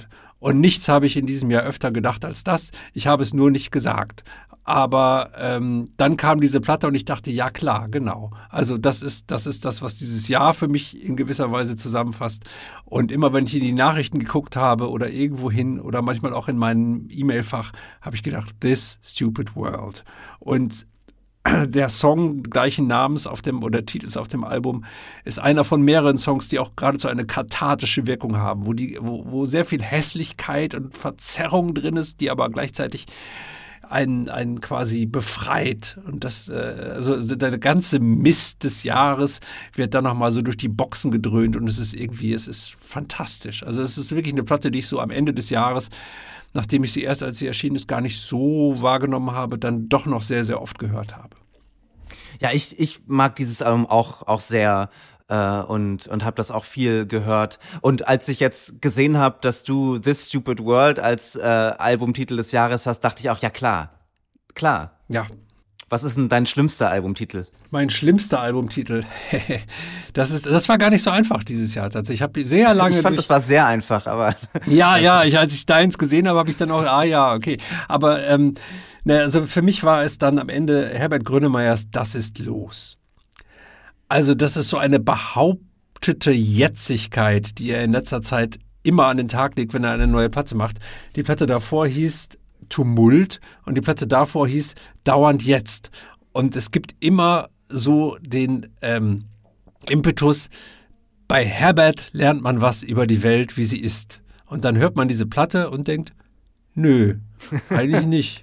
Und nichts habe ich in diesem Jahr öfter gedacht als das. Ich habe es nur nicht gesagt. Aber ähm, dann kam diese Platte und ich dachte, ja klar, genau. Also das ist, das ist das, was dieses Jahr für mich in gewisser Weise zusammenfasst. Und immer wenn ich in die Nachrichten geguckt habe oder irgendwo hin oder manchmal auch in meinem E-Mail-Fach, habe ich gedacht, this stupid world. Und der Song gleichen Namens auf dem oder Titels auf dem Album ist einer von mehreren Songs, die auch geradezu eine kathartische Wirkung haben, wo, die, wo, wo sehr viel Hässlichkeit und Verzerrung drin ist, die aber gleichzeitig einen, einen quasi befreit. Und das, also der ganze Mist des Jahres wird dann nochmal so durch die Boxen gedröhnt und es ist irgendwie, es ist fantastisch. Also es ist wirklich eine Platte, die ich so am Ende des Jahres, nachdem ich sie erst, als sie erschienen ist, gar nicht so wahrgenommen habe, dann doch noch sehr, sehr oft gehört habe. Ja, ich, ich mag dieses Album auch, auch sehr. Uh, und und habe das auch viel gehört. Und als ich jetzt gesehen habe, dass du This Stupid World als äh, Albumtitel des Jahres hast, dachte ich auch, ja klar, klar. Ja. Was ist denn dein schlimmster Albumtitel? Mein schlimmster Albumtitel. Das ist, das war gar nicht so einfach dieses Jahr tatsächlich. Ich habe sehr lange. Ich fand, das war sehr einfach, aber. Ja, ja. Ich, als ich deins gesehen habe, habe ich dann auch, ah ja, okay. Aber ähm, ne, also für mich war es dann am Ende Herbert Grönemeyers Das ist los. Also das ist so eine behauptete Jetzigkeit, die er in letzter Zeit immer an den Tag legt, wenn er eine neue Platte macht. Die Platte davor hieß Tumult und die Platte davor hieß Dauernd jetzt. Und es gibt immer so den ähm, Impetus, bei Herbert lernt man was über die Welt, wie sie ist. Und dann hört man diese Platte und denkt, nö, eigentlich nicht.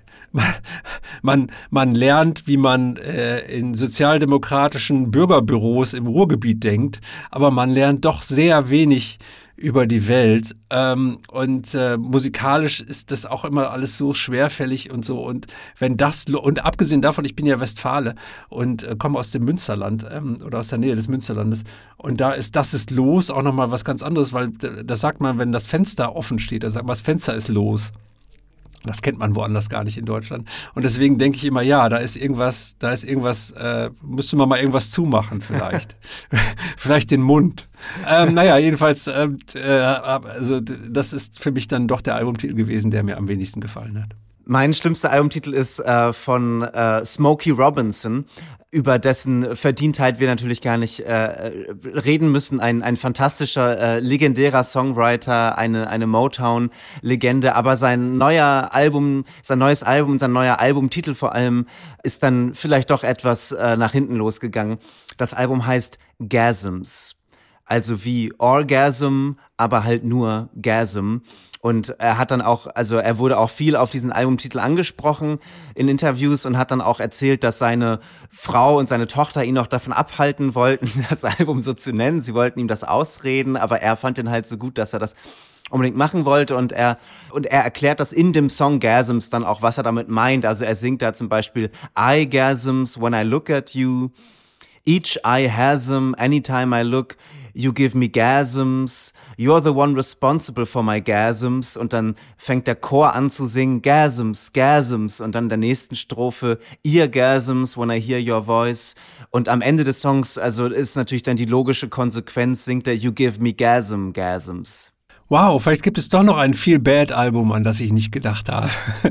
Man, man lernt, wie man äh, in sozialdemokratischen Bürgerbüros im Ruhrgebiet denkt, aber man lernt doch sehr wenig über die Welt. Ähm, und äh, musikalisch ist das auch immer alles so schwerfällig und so. Und wenn das, und abgesehen davon, ich bin ja Westfale und äh, komme aus dem Münsterland ähm, oder aus der Nähe des Münsterlandes. Und da ist Das ist los auch nochmal was ganz anderes, weil das sagt man, wenn das Fenster offen steht, dann sagt man, das Fenster ist los. Das kennt man woanders gar nicht in Deutschland. Und deswegen denke ich immer, ja, da ist irgendwas, da ist irgendwas, äh, müsste man mal irgendwas zumachen vielleicht. Vielleicht den Mund. Ähm, naja, jedenfalls, äh, äh, also das ist für mich dann doch der Albumtitel gewesen, der mir am wenigsten gefallen hat. Mein schlimmster Albumtitel ist äh, von äh, Smokey Robinson, über dessen Verdientheit wir natürlich gar nicht äh, reden müssen. Ein, ein fantastischer, äh, legendärer Songwriter, eine, eine Motown-Legende. Aber sein neuer Album, sein neues Album, sein neuer Albumtitel vor allem, ist dann vielleicht doch etwas äh, nach hinten losgegangen. Das Album heißt Gasms. Also wie Orgasm, aber halt nur Gasm. Und er hat dann auch, also er wurde auch viel auf diesen Albumtitel angesprochen in Interviews und hat dann auch erzählt, dass seine Frau und seine Tochter ihn auch davon abhalten wollten, das Album so zu nennen. Sie wollten ihm das ausreden, aber er fand den halt so gut, dass er das unbedingt machen wollte. Und er, und er erklärt das in dem Song Gasms dann auch, was er damit meint. Also er singt da zum Beispiel I gasms when I look at you. Each eye has them anytime I look. You give me gasms, you're the one responsible for my gasms. Und dann fängt der Chor an zu singen, gasms, gasms. Und dann in der nächsten Strophe, ear gasms when I hear your voice. Und am Ende des Songs, also ist natürlich dann die logische Konsequenz, singt er, you give me gasm, gasms. Wow, vielleicht gibt es doch noch ein Feel Bad Album, an das ich nicht gedacht habe.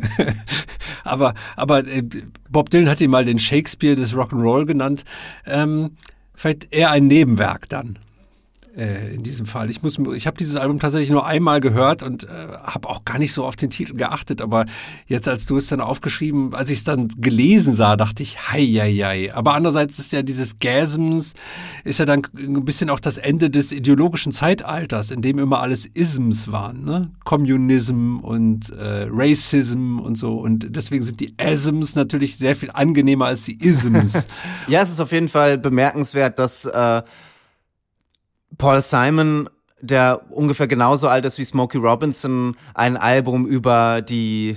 aber aber äh, Bob Dylan hat ihn mal den Shakespeare des Rock'n'Roll genannt. Ähm, vielleicht eher ein Nebenwerk dann. Äh, in diesem Fall. Ich muss, ich habe dieses Album tatsächlich nur einmal gehört und äh, habe auch gar nicht so auf den Titel geachtet, aber jetzt, als du es dann aufgeschrieben, als ich es dann gelesen sah, dachte ich, hei, hei, hei. Aber andererseits ist ja dieses Gasms, ist ja dann ein bisschen auch das Ende des ideologischen Zeitalters, in dem immer alles Isms waren, ne? Kommunism und äh, Racism und so, und deswegen sind die Asms natürlich sehr viel angenehmer als die Isms. Ja, es ist auf jeden Fall bemerkenswert, dass äh Paul Simon, der ungefähr genauso alt ist wie Smokey Robinson, ein Album über die,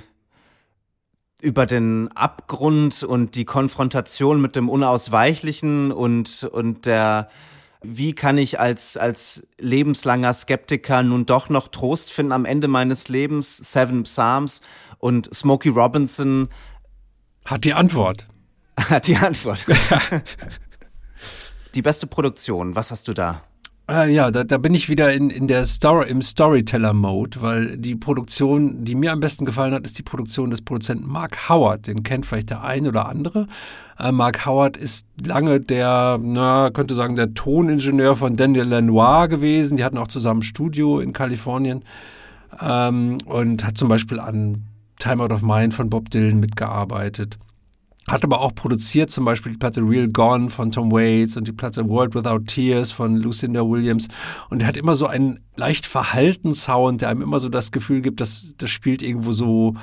über den Abgrund und die Konfrontation mit dem Unausweichlichen und, und der, wie kann ich als, als lebenslanger Skeptiker nun doch noch Trost finden am Ende meines Lebens, Seven Psalms, und Smokey Robinson hat die Antwort. Hat die Antwort. Die beste Produktion, was hast du da? Äh, ja, da, da bin ich wieder in, in der Story, im Storyteller-Mode, weil die Produktion, die mir am besten gefallen hat, ist die Produktion des Produzenten Mark Howard. Den kennt vielleicht der ein oder andere. Äh, Mark Howard ist lange der, na, könnte sagen, der Toningenieur von Daniel Lanois gewesen. Die hatten auch zusammen ein Studio in Kalifornien ähm, und hat zum Beispiel an Time Out of Mind von Bob Dylan mitgearbeitet. Hat aber auch produziert zum Beispiel die Platte Real Gone von Tom Waits und die Platte World Without Tears von Lucinda Williams. Und er hat immer so einen leicht verhaltenen Sound, der einem immer so das Gefühl gibt, dass das spielt irgendwo so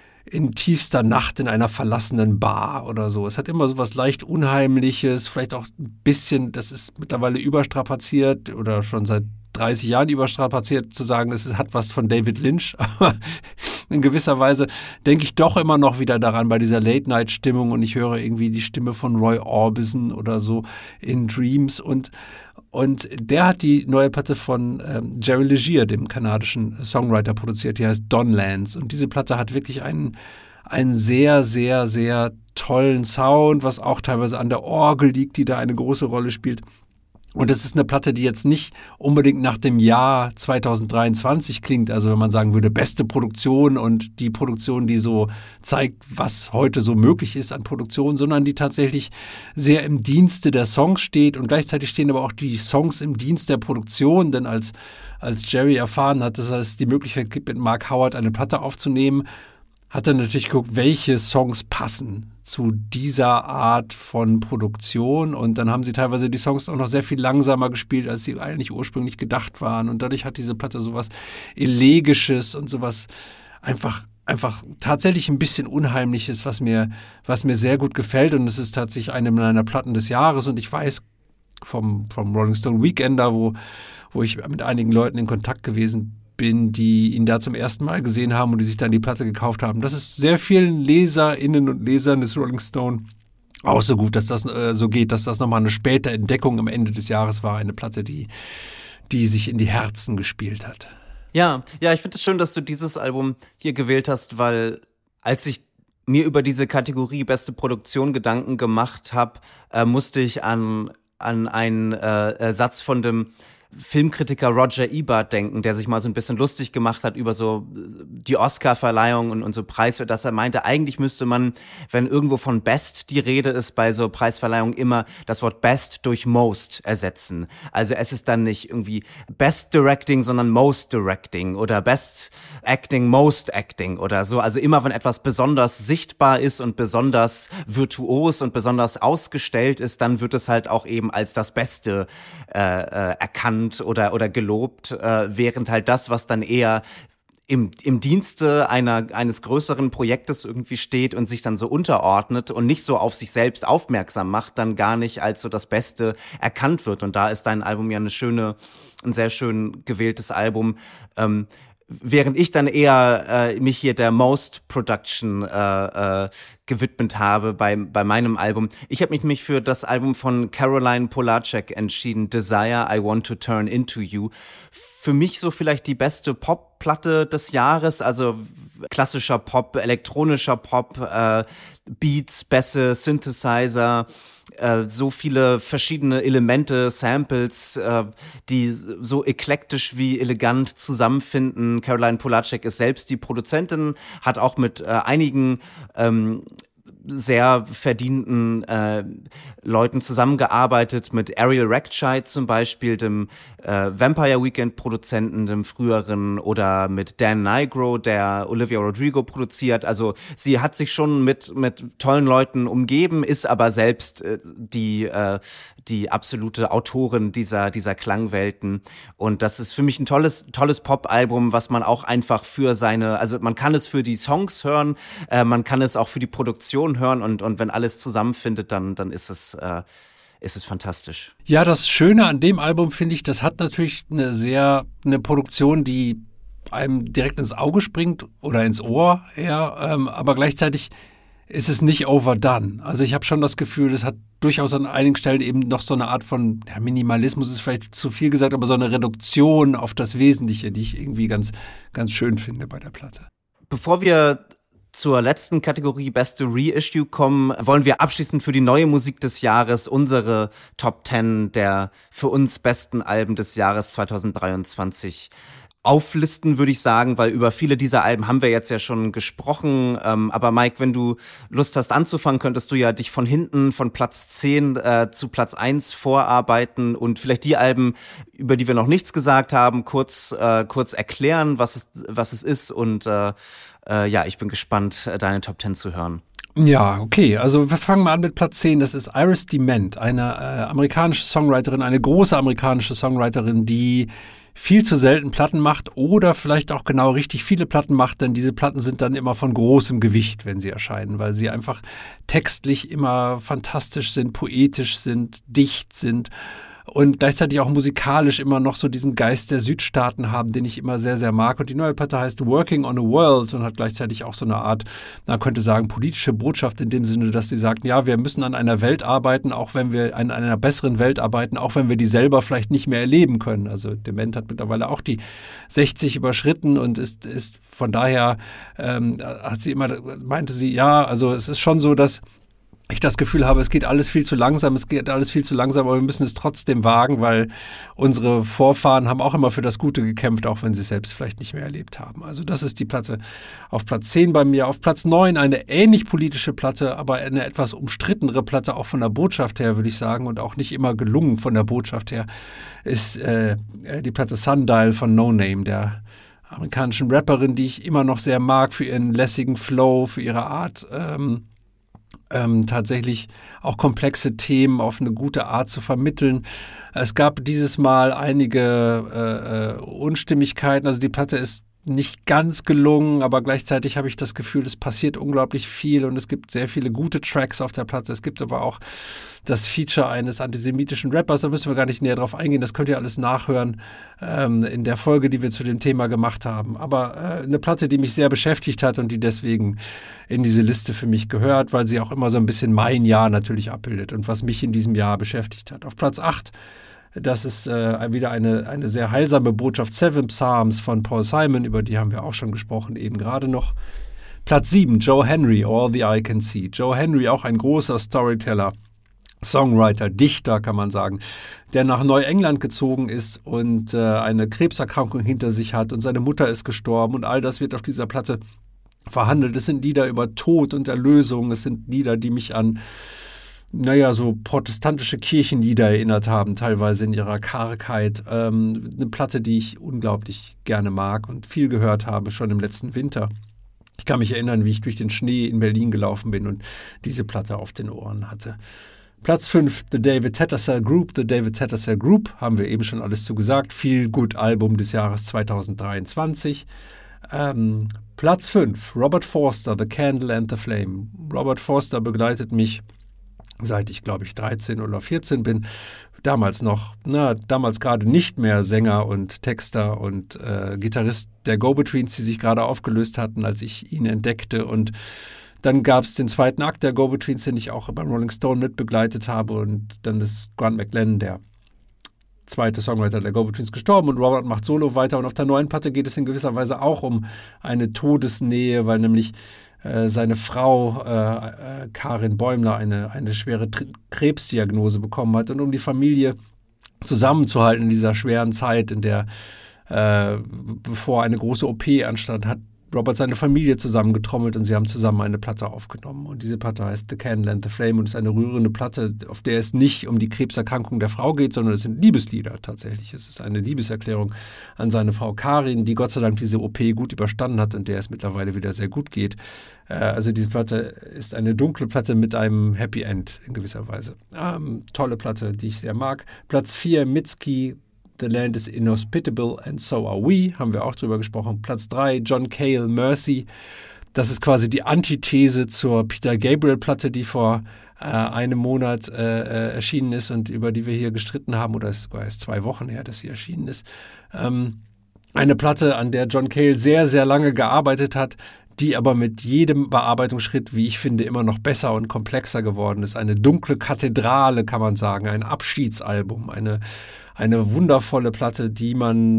in tiefster Nacht in einer verlassenen Bar oder so. Es hat immer so was leicht Unheimliches, vielleicht auch ein bisschen, das ist mittlerweile überstrapaziert oder schon seit dreißig Jahren überstrapaziert zu sagen, es hat was von David Lynch, aber in gewisser Weise denke ich doch immer noch wieder daran bei dieser Late-Night-Stimmung und ich höre irgendwie die Stimme von Roy Orbison oder so in Dreams und und der hat die neue Platte von ähm, Jerry Legier, dem kanadischen Songwriter, produziert, die heißt Donlands und diese Platte hat wirklich einen einen sehr, sehr, sehr tollen Sound, was auch teilweise an der Orgel liegt, die da eine große Rolle spielt. Und es ist eine Platte, die jetzt nicht unbedingt nach dem Jahr zwanzig dreiundzwanzig klingt. Also wenn man sagen würde, beste Produktion und die Produktion, die so zeigt, was heute so möglich ist an Produktion, sondern die tatsächlich sehr im Dienste der Songs steht. Und gleichzeitig stehen aber auch die Songs im Dienst der Produktion. Denn als, als Jerry erfahren hat, dass es die Möglichkeit gibt, mit Mark Howard eine Platte aufzunehmen, hat er natürlich geguckt, welche Songs passen zu dieser Art von Produktion. Und dann haben sie teilweise die Songs auch noch sehr viel langsamer gespielt, als sie eigentlich ursprünglich gedacht waren. Und dadurch hat diese Platte sowas Elegisches und sowas einfach, einfach tatsächlich ein bisschen Unheimliches, was mir, was mir sehr gut gefällt. Und es ist tatsächlich eine meiner Platten des Jahres. Und ich weiß vom, vom Rolling Stone Weekender, wo, wo ich mit einigen Leuten in Kontakt gewesen bin, bin, die ihn da zum ersten Mal gesehen haben und die sich dann die Platte gekauft haben. Das ist sehr vielen LeserInnen und Lesern des Rolling Stone auch so gut, dass das äh, so geht, dass das nochmal eine späte Entdeckung am Ende des Jahres war. Eine Platte, die, die sich in die Herzen gespielt hat. Ja, ja, ich finde es schön, dass du dieses Album hier gewählt hast, weil als ich mir über diese Kategorie beste Produktion Gedanken gemacht habe, äh, musste ich an, an einen äh, Satz von dem Filmkritiker Roger Ebert denken, der sich mal so ein bisschen lustig gemacht hat über so die Oscar-Verleihung und, und so Preise, dass er meinte, eigentlich müsste man, wenn irgendwo von Best die Rede ist, bei so Preisverleihungen immer das Wort Best durch Most ersetzen. Also es ist dann nicht irgendwie Best Directing, sondern Most Directing oder Best Acting, Most Acting oder so. Also immer, wenn etwas besonders sichtbar ist und besonders virtuos und besonders ausgestellt ist, dann wird es halt auch eben als das Beste äh, äh, erkannt oder oder gelobt, äh, während halt das, was dann eher im im Dienste einer eines größeren Projektes irgendwie steht und sich dann so unterordnet und nicht so auf sich selbst aufmerksam macht, dann gar nicht als so das Beste erkannt wird. Und da ist dein Album ja eine schöne, ein sehr schön gewähltes Album. Ähm, Während ich dann eher äh, mich hier der Most Production äh, äh, gewidmet habe bei bei meinem Album. Ich habe mich nämlich für das Album von Caroline Polacek entschieden, Desire, I Want to Turn Into You. Für mich so vielleicht die beste Pop-Platte des Jahres, also klassischer Pop, elektronischer Pop, äh, Beats, Bässe, Synthesizer, äh, so viele verschiedene Elemente, Samples, äh, die so eklektisch wie elegant zusammenfinden. Caroline Polacek ist selbst die Produzentin, hat auch mit äh, einigen ähm, sehr verdienten äh, Leuten zusammengearbeitet, mit Ariel Rechtshaid zum Beispiel, dem äh, Vampire Weekend-Produzenten, dem früheren, oder mit Dan Nigro, der Olivia Rodrigo produziert. Also sie hat sich schon mit mit tollen Leuten umgeben, ist aber selbst äh, die äh, die absolute Autorin dieser dieser Klangwelten. Und das ist für mich ein tolles tolles Pop-Album, was man auch einfach für seine, also man kann es für die Songs hören, äh, man kann es auch für die Produktion hören und und wenn alles zusammenfindet, dann dann ist es äh, ist es fantastisch. Ja, das Schöne an dem Album finde ich, das hat natürlich eine sehr eine Produktion, die einem direkt ins Auge springt oder ins Ohr, ja, ähm, aber gleichzeitig ist es nicht overdone. Also ich habe schon das Gefühl, es hat durchaus an einigen Stellen eben noch so eine Art von, ja, Minimalismus ist vielleicht zu viel gesagt, aber so eine Reduktion auf das Wesentliche, die ich irgendwie ganz, ganz schön finde bei der Platte. Bevor wir zur letzten Kategorie Beste Reissue kommen, wollen wir abschließend für die neue Musik des Jahres unsere Top zehn der für uns besten Alben des Jahres zwanzig dreiundzwanzig auflisten, würde ich sagen, weil über viele dieser Alben haben wir jetzt ja schon gesprochen. Ähm, aber Mike, wenn du Lust hast anzufangen, könntest du ja dich von hinten, von Platz zehn äh, zu Platz eins vorarbeiten und vielleicht die Alben, über die wir noch nichts gesagt haben, kurz, äh, kurz erklären, was es, was es ist. Und äh, äh, ja, ich bin gespannt, deine Top zehn zu hören. Ja, okay. Also wir fangen mal an mit Platz zehn. Das ist Iris DeMent, eine äh, amerikanische Songwriterin, eine große amerikanische Songwriterin, die viel zu selten Platten macht oder vielleicht auch genau richtig viele Platten macht, denn diese Platten sind dann immer von großem Gewicht, wenn sie erscheinen, weil sie einfach textlich immer fantastisch sind, poetisch sind, dicht sind und gleichzeitig auch musikalisch immer noch so diesen Geist der Südstaaten haben, den ich immer sehr, sehr mag. Und die neue Platte heißt Working on a World und hat gleichzeitig auch so eine Art, man könnte sagen, politische Botschaft in dem Sinne, dass sie sagt, ja, wir müssen an einer Welt arbeiten, auch wenn wir an einer besseren Welt arbeiten, auch wenn wir die selber vielleicht nicht mehr erleben können. Also DeMent hat mittlerweile auch die sechzig überschritten und ist, ist von daher, ähm, hat sie immer, meinte sie, ja, also es ist schon so, dass ich das Gefühl habe, es geht alles viel zu langsam, es geht alles viel zu langsam, aber wir müssen es trotzdem wagen, weil unsere Vorfahren haben auch immer für das Gute gekämpft, auch wenn sie es selbst vielleicht nicht mehr erlebt haben. Also das ist die Platte auf Platz zehn bei mir. Auf Platz neun eine ähnlich politische Platte, aber eine etwas umstrittenere Platte, auch von der Botschaft her, würde ich sagen, und auch nicht immer gelungen von der Botschaft her, ist äh, die Platte Sundial von No Name, der amerikanischen Rapperin, die ich immer noch sehr mag für ihren lässigen Flow, für ihre Art, ähm, Ähm, tatsächlich auch komplexe Themen auf eine gute Art zu vermitteln. Es gab dieses Mal einige äh, Unstimmigkeiten, also die Platte ist nicht ganz gelungen, aber gleichzeitig habe ich das Gefühl, es passiert unglaublich viel und es gibt sehr viele gute Tracks auf der Platte. Es gibt aber auch das Feature eines antisemitischen Rappers, da müssen wir gar nicht näher drauf eingehen, das könnt ihr alles nachhören ähm, in der Folge, die wir zu dem Thema gemacht haben. Aber äh, eine Platte, die mich sehr beschäftigt hat und die deswegen in diese Liste für mich gehört, weil sie auch immer so ein bisschen mein Jahr natürlich abbildet und was mich in diesem Jahr beschäftigt hat. Auf Platz acht, das ist äh, wieder eine, eine sehr heilsame Botschaft, Seven Psalms von Paul Simon, über die haben wir auch schon gesprochen, eben gerade noch. Platz sieben, Joe Henry, All the Eye Can See. Joe Henry, auch ein großer Storyteller, Songwriter, Dichter kann man sagen, der nach Neuengland gezogen ist und äh, eine Krebserkrankung hinter sich hat und seine Mutter ist gestorben und all das wird auf dieser Platte verhandelt. Es sind Lieder über Tod und Erlösung, es sind Lieder, die mich an naja, so protestantische Kirchenlieder erinnert haben, teilweise in ihrer Kargheit. Ähm, eine Platte, die ich unglaublich gerne mag und viel gehört habe, schon im letzten Winter. Ich kann mich erinnern, wie ich durch den Schnee in Berlin gelaufen bin und diese Platte auf den Ohren hatte. Platz fünf, The David Tattersall Group. The David Tattersall Group, haben wir eben schon alles zu gesagt. Feel Good Album des Jahres zwanzig dreiundzwanzig. Ähm, Platz fünf, Robert Forster, The Candle and the Flame. Robert Forster begleitet mich seit ich, glaube ich, dreizehn oder vierzehn bin, damals noch, na, damals gerade nicht mehr Sänger und Texter und äh, Gitarrist der Go-Betweens, die sich gerade aufgelöst hatten, als ich ihn entdeckte. Und dann gab es den zweiten Akt der Go-Betweens, den ich auch beim Rolling Stone mitbegleitet habe. Und dann ist Grant McLennan, der zweite Songwriter der Go-Betweens, gestorben und Robert macht Solo weiter. Und auf der neuen Platte geht es in gewisser Weise auch um eine Todesnähe, weil nämlich seine Frau äh, Karin Bäumler eine, eine schwere Tr- Krebsdiagnose bekommen hat und um die Familie zusammenzuhalten in dieser schweren Zeit, in der äh, bevor eine große O P anstand, hat Robert seine Familie zusammengetrommelt und sie haben zusammen eine Platte aufgenommen. Und diese Platte heißt The Candle and the Flame und ist eine rührende Platte, auf der es nicht um die Krebserkrankung der Frau geht, sondern es sind Liebeslieder tatsächlich. Es ist eine Liebeserklärung an seine Frau Karin, die Gott sei Dank diese O P gut überstanden hat und der es mittlerweile wieder sehr gut geht. Äh, also diese Platte ist eine dunkle Platte mit einem Happy End in gewisser Weise. Ähm, tolle Platte, die ich sehr mag. Platz vier, Mitski, The Land is Inhospitable and So Are We, haben wir auch drüber gesprochen. Platz drei, John Cale, Mercy. Das ist quasi die Antithese zur Peter Gabriel-Platte, die vor äh, einem Monat äh, äh, erschienen ist und über die wir hier gestritten haben, oder es ist sogar erst zwei Wochen her, dass sie erschienen ist. Ähm, eine Platte, an der John Cale sehr, sehr lange gearbeitet hat, die aber mit jedem Bearbeitungsschritt, wie ich finde, immer noch besser und komplexer geworden ist. Eine dunkle Kathedrale, kann man sagen, ein Abschiedsalbum, eine, eine wundervolle Platte, die man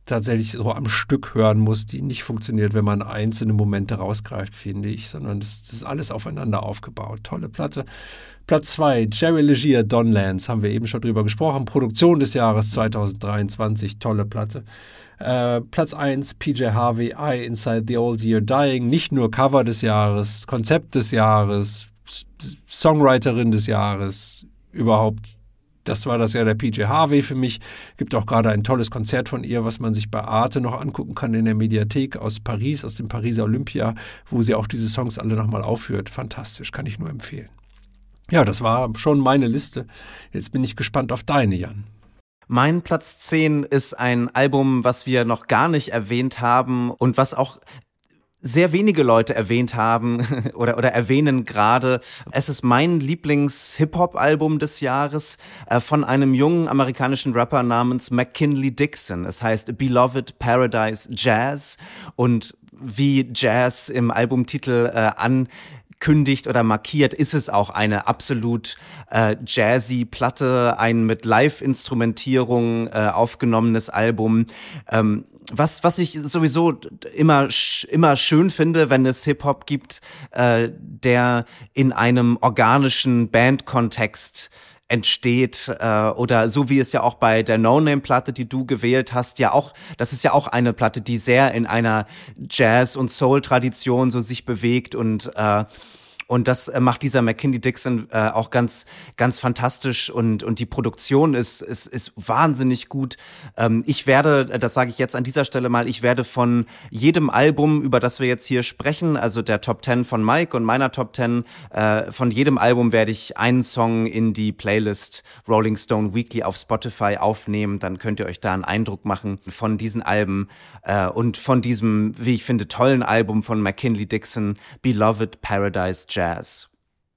tatsächlich so am Stück hören muss, die nicht funktioniert, wenn man einzelne Momente rausgreift, finde ich, sondern das, das ist alles aufeinander aufgebaut. Tolle Platte. Platz zwei, Jerry Legier, Don Lance, haben wir eben schon drüber gesprochen. Produktion des Jahres zwanzig dreiundzwanzig, tolle Platte. Äh, Platz eins, P J Harvey, I Inside the Old Year Dying, nicht nur Cover des Jahres, Konzept des Jahres, Songwriterin des Jahres, überhaupt. Das war das Jahr der P J Harvey für mich. Gibt auch gerade ein tolles Konzert von ihr, was man sich bei Arte noch angucken kann in der Mediathek aus Paris, aus dem Pariser Olympia, wo sie auch diese Songs alle nochmal aufführt. Fantastisch, kann ich nur empfehlen. Ja, das war schon meine Liste. Jetzt bin ich gespannt auf deine, Jan. Mein Platz zehn ist ein Album, was wir noch gar nicht erwähnt haben und was auch sehr wenige Leute erwähnt haben oder, oder erwähnen gerade. Es ist mein Lieblings-Hip-Hop-Album des Jahres äh, von einem jungen amerikanischen Rapper namens McKinley Dixon. Es heißt Beloved Paradise Jazz und wie Jazz im Albumtitel äh, an kündigt oder markiert, ist es auch eine absolut äh, jazzy Platte, ein mit Live-Instrumentierung äh, aufgenommenes Album. Ähm, was was ich sowieso immer immer schön finde, wenn es Hip-Hop gibt, äh, der in einem organischen Bandkontext entsteht äh, oder so wie es ja auch bei der No-Name-Platte, die du gewählt hast, ja auch, das ist ja auch eine Platte, die sehr in einer Jazz- und Soul-Tradition so sich bewegt und äh, Und das macht dieser McKinley Dixon äh, auch ganz, ganz fantastisch und und die Produktion ist ist ist wahnsinnig gut. Ähm, ich werde, das sage ich jetzt an dieser Stelle mal, ich werde von jedem Album, über das wir jetzt hier sprechen, also der Top Ten von Mike und meiner Top Ten, äh, von jedem Album werde ich einen Song in die Playlist Rolling Stone Weekly auf Spotify aufnehmen. Dann könnt ihr euch da einen Eindruck machen von diesen Alben äh, und von diesem, wie ich finde, tollen Album von McKinley Dixon, Beloved Paradise Jazz.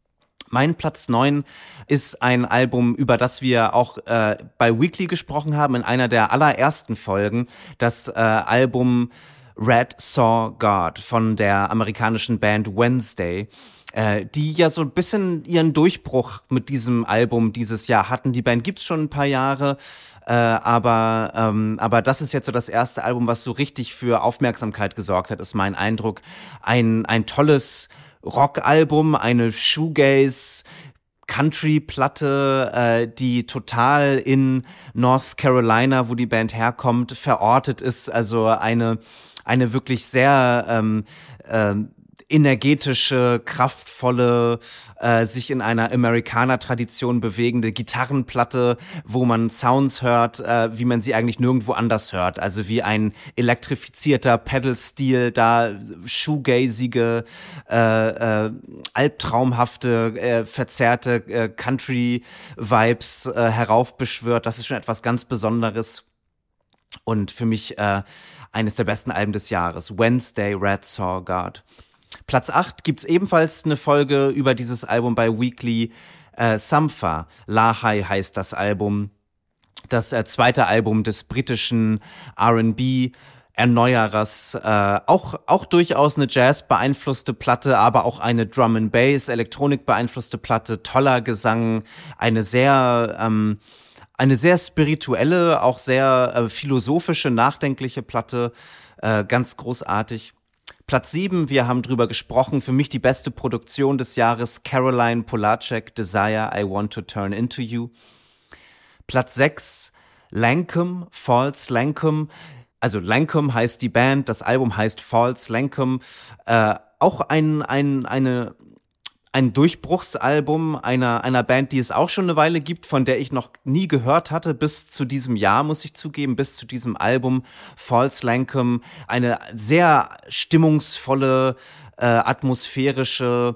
Mein Platz neun ist ein Album, über das wir auch äh, bei Weekly gesprochen haben, in einer der allerersten Folgen, das äh, Album Red Saw God von der amerikanischen Band Wednesday, äh, die ja so ein bisschen ihren Durchbruch mit diesem Album dieses Jahr hatten. Die Band gibt's schon ein paar Jahre, äh, aber ähm, aber das ist jetzt so das erste Album, was so richtig für Aufmerksamkeit gesorgt hat, ist mein Eindruck. Ein ein tolles Rockalbum, eine Shoegaze Country-Platte, äh, die total in North Carolina, wo die Band herkommt, verortet ist. Also eine eine wirklich sehr ähm, ähm, energetische, kraftvolle, äh, sich in einer Amerikaner-Tradition bewegende Gitarrenplatte, wo man Sounds hört, äh, wie man sie eigentlich nirgendwo anders hört. Also wie ein elektrifizierter Pedal-Stil, da shoegazige, äh, äh, albtraumhafte, äh, verzerrte äh, Country-Vibes äh, heraufbeschwört. Das ist schon etwas ganz Besonderes. Und für mich äh, eines der besten Alben des Jahres. Wednesday, Red Saw God. Platz acht gibt's ebenfalls eine Folge über dieses Album bei Weekly. Äh, Sampha, Lahai heißt das Album. Das äh, zweite Album des britischen R and B Erneuerers, äh, auch auch durchaus eine Jazz beeinflusste Platte, aber auch eine Drum and Bass, Elektronik beeinflusste Platte, toller Gesang, eine sehr ähm, eine sehr spirituelle, auch sehr äh, philosophische, nachdenkliche Platte, äh, ganz großartig. Platz sieben, wir haben drüber gesprochen, für mich die beste Produktion des Jahres, Caroline Polacek, Desire, I Want to Turn Into You. Platz sechs, Lankum, False Lankum, also Lankum heißt die Band, das Album heißt False Lankum, äh, auch ein, ein, eine, ein Durchbruchsalbum einer, einer Band, die es auch schon eine Weile gibt, von der ich noch nie gehört hatte, bis zu diesem Jahr, muss ich zugeben, bis zu diesem Album False Lankum. Eine sehr stimmungsvolle, äh, atmosphärische,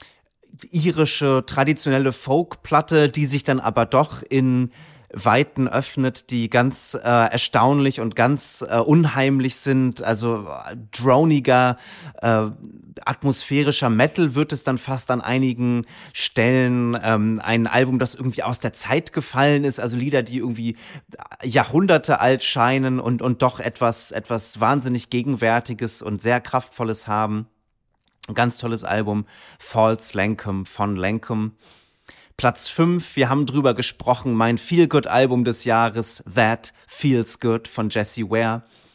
irische, traditionelle Folkplatte, die sich dann aber doch in Weiten öffnet, die ganz äh, erstaunlich und ganz äh, unheimlich sind, also äh, droniger, äh, atmosphärischer Metal wird es dann fast an einigen Stellen, ähm, ein Album, das irgendwie aus der Zeit gefallen ist, also Lieder, die irgendwie Jahrhunderte alt scheinen und und doch etwas etwas wahnsinnig Gegenwärtiges und sehr Kraftvolles haben. Ein ganz tolles Album, False Lankum von Lankum. Platz fünf, wir haben drüber gesprochen, mein Feel-Good-Album des Jahres, That Feels Good von Jessie Ware.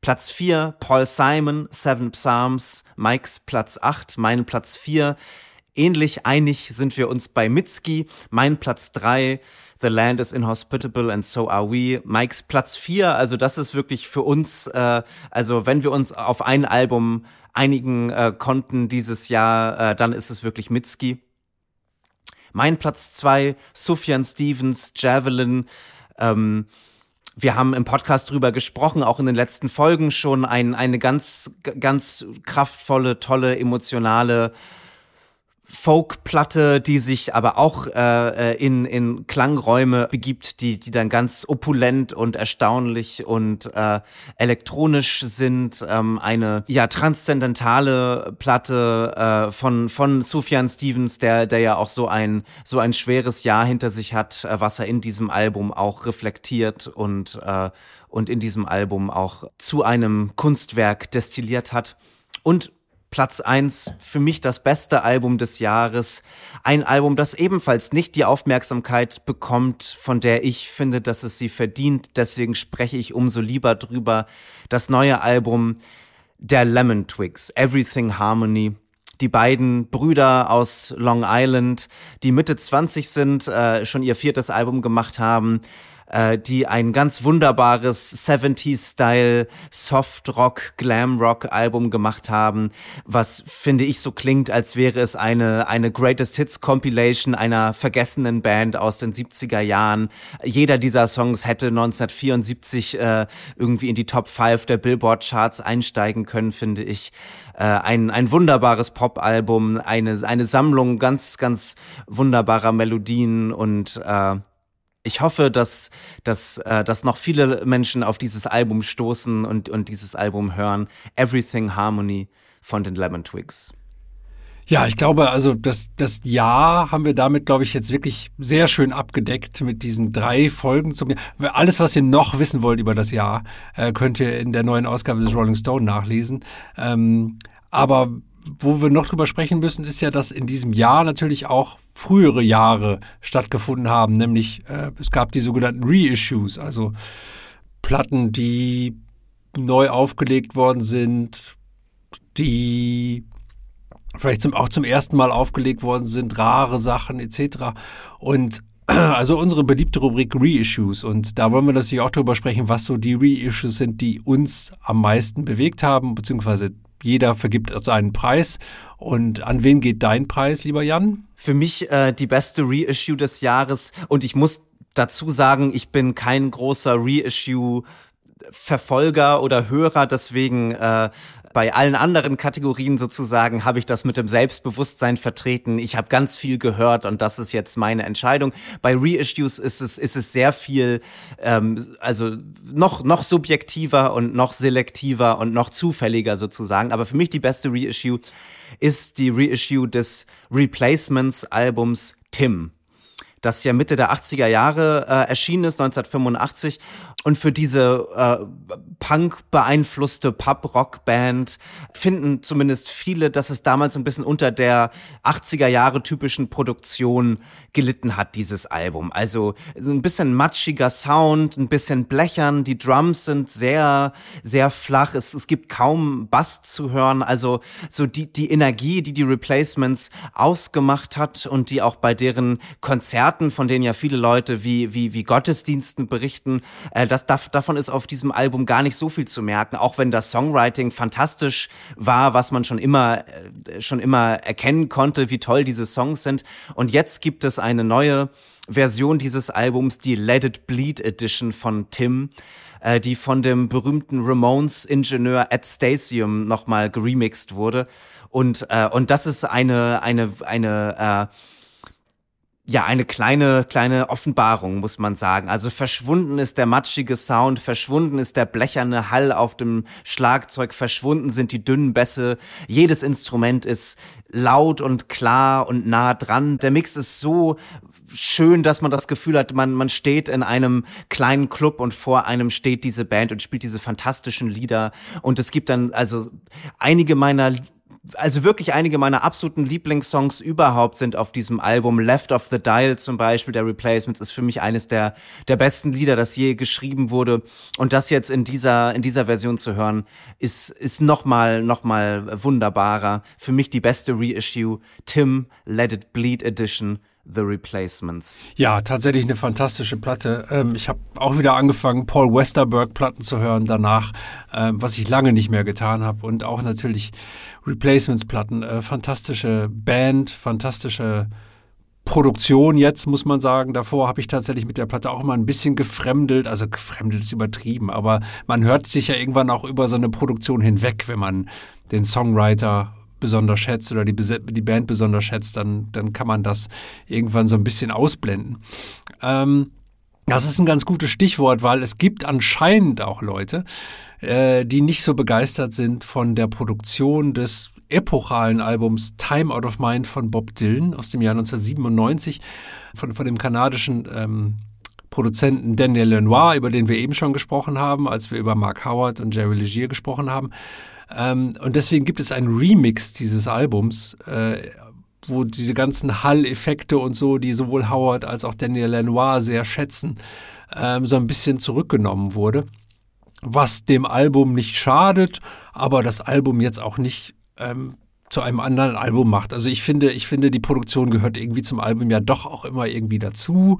Platz vier, Paul Simon, Seven Psalms, Mikes Platz acht, mein Platz vier. Ähnlich einig sind wir uns bei Mitski, mein Platz drei, The Land is Inhospitable and So Are We, Mikes Platz vier, also das ist wirklich für uns, äh, also wenn wir uns auf ein Album einigen äh, konnten dieses Jahr, äh, dann ist es wirklich Mitski. Mein Platz zwei, Sufjan Stevens, Javelin. Ähm, wir haben im Podcast drüber gesprochen, auch in den letzten Folgen schon, ein, eine ganz, ganz kraftvolle, tolle, emotionale Folkplatte, die sich aber auch äh, in in Klangräume begibt, die die dann ganz opulent und erstaunlich und äh, elektronisch sind. Ähm, eine ja transzendentale Platte äh, von von Sufjan Stevens, der der ja auch so ein so ein schweres Jahr hinter sich hat, äh, was er in diesem Album auch reflektiert und äh, und in diesem Album auch zu einem Kunstwerk destilliert hat. Und Platz eins, für mich das beste Album des Jahres. Ein Album, das ebenfalls nicht die Aufmerksamkeit bekommt, von der ich finde, dass es sie verdient. Deswegen spreche ich umso lieber drüber. Das neue Album der Lemon Twigs, Everything Harmony. Die beiden Brüder aus Long Island, die Mitte zwanzig sind, äh, schon ihr viertes Album gemacht haben, äh, die ein ganz wunderbares siebziger-Style Soft-Rock, Glam-Rock-Album gemacht haben, was, finde ich, so klingt, als wäre es eine eine Greatest-Hits-Compilation einer vergessenen Band aus den siebziger Jahren. Jeder dieser Songs hätte neunzehnhundertvierundsiebzig äh, irgendwie in die Top fünf der Billboard-Charts einsteigen können, finde ich. Äh, ein ein wunderbares Pop-Album, eine eine Sammlung ganz, ganz wunderbarer Melodien und äh, ich hoffe, dass, dass, äh, dass noch viele Menschen auf dieses Album stoßen und, und dieses Album hören. Everything Harmony von den Lemon Twigs. Ja, ich glaube, also das, das Jahr haben wir damit, glaube ich, jetzt wirklich sehr schön abgedeckt mit diesen drei Folgen zum Jahr. Alles, was ihr noch wissen wollt über das Jahr, äh, könnt ihr in der neuen Ausgabe des Rolling Stone nachlesen. Ähm, aber wo wir noch drüber sprechen müssen, ist ja, dass in diesem Jahr natürlich auch frühere Jahre stattgefunden haben, nämlich äh, es gab die sogenannten Reissues, also Platten, die neu aufgelegt worden sind, die vielleicht zum, auch zum ersten Mal aufgelegt worden sind, rare Sachen et cetera. Und also unsere beliebte Rubrik Reissues, und da wollen wir natürlich auch drüber sprechen, was so die Reissues sind, die uns am meisten bewegt haben, beziehungsweise jeder vergibt seinen Preis. Und an wen geht dein Preis, lieber Jan? Für mich äh, die beste Reissue des Jahres. Und ich muss dazu sagen, ich bin kein großer Reissue-Verfolger oder Hörer. Deswegen äh, bei allen anderen Kategorien sozusagen habe ich das mit dem Selbstbewusstsein vertreten. Ich habe ganz viel gehört und das ist jetzt meine Entscheidung. Bei Reissues ist es ist es sehr viel, ähm, also noch noch subjektiver und noch selektiver und noch zufälliger sozusagen. Aber für mich die beste Reissue ist die Reissue des Replacements-Albums Tim, das ja Mitte der achtziger Jahre äh, erschienen ist, neunzehnhundertfünfundachtzig. Und für diese äh, Punk-beeinflusste Pub-Rock-Band finden zumindest viele, dass es damals ein bisschen unter der achtziger Jahre typischen Produktion gelitten hat, dieses Album. Also so ein bisschen matschiger Sound, ein bisschen blechern, die Drums sind sehr, sehr flach, es, es gibt kaum Bass zu hören. Also so die, die Energie, die die Replacements ausgemacht hat und die auch bei deren Konzerten, von denen ja viele Leute wie, wie, wie Gottesdiensten berichten, äh, das, davon ist auf diesem Album gar nicht so viel zu merken, auch wenn das Songwriting fantastisch war, was man schon immer, äh, schon immer erkennen konnte, wie toll diese Songs sind. Und jetzt gibt es eine neue Version dieses Albums, die Let It Bleed Edition von Tim, äh, die von dem berühmten Ramones-Ingenieur Ed Stasium nochmal geremixed wurde. Und, äh, und das ist eine, eine, eine, äh, Ja, eine kleine, kleine Offenbarung, muss man sagen. Also verschwunden ist der matschige Sound, verschwunden ist der blecherne Hall auf dem Schlagzeug, verschwunden sind die dünnen Bässe. Jedes Instrument ist laut und klar und nah dran. Der Mix ist so schön, dass man das Gefühl hat, man, man steht in einem kleinen Club und vor einem steht diese Band und spielt diese fantastischen Lieder. Und es gibt dann also einige meiner Also wirklich einige meiner absoluten Lieblingssongs überhaupt sind auf diesem Album. Left of the Dial zum Beispiel, der Replacements, ist für mich eines der, der besten Lieder, das je geschrieben wurde. Und das jetzt in dieser, in dieser Version zu hören, ist, ist nochmal, nochmal wunderbarer. Für mich die beste Reissue. Tim, Let It Bleed Edition. The Replacements. Ja, tatsächlich eine fantastische Platte. Ähm, ich habe auch wieder angefangen, Paul Westerberg-Platten zu hören danach, ähm, was ich lange nicht mehr getan habe. Und auch natürlich Replacements-Platten. Äh, fantastische Band, fantastische Produktion jetzt, muss man sagen. Davor habe ich tatsächlich mit der Platte auch immer ein bisschen gefremdelt. Also gefremdelt ist übertrieben, aber man hört sich ja irgendwann auch über so eine Produktion hinweg, wenn man den Songwriter besonders schätzt oder die, die Band besonders schätzt, dann, dann kann man das irgendwann so ein bisschen ausblenden. Ähm, das ist ein ganz gutes Stichwort, weil es gibt anscheinend auch Leute, äh, die nicht so begeistert sind von der Produktion des epochalen Albums Time Out of Mind von Bob Dylan aus dem Jahr neunzehnhundertsiebenundneunzig von, von dem kanadischen ähm, Produzenten Daniel Lanois, über den wir eben schon gesprochen haben, als wir über Mark Howard und Jerry Legier gesprochen haben. Ähm, und deswegen gibt es einen Remix dieses Albums, äh, wo diese ganzen Hall-Effekte und so, die sowohl Howard als auch Daniel Lanois sehr schätzen, ähm, so ein bisschen zurückgenommen wurde. Was dem Album nicht schadet, aber das Album jetzt auch nicht ähm, zu einem anderen Album macht. Also ich finde, ich finde, die Produktion gehört irgendwie zum Album ja doch auch immer irgendwie dazu.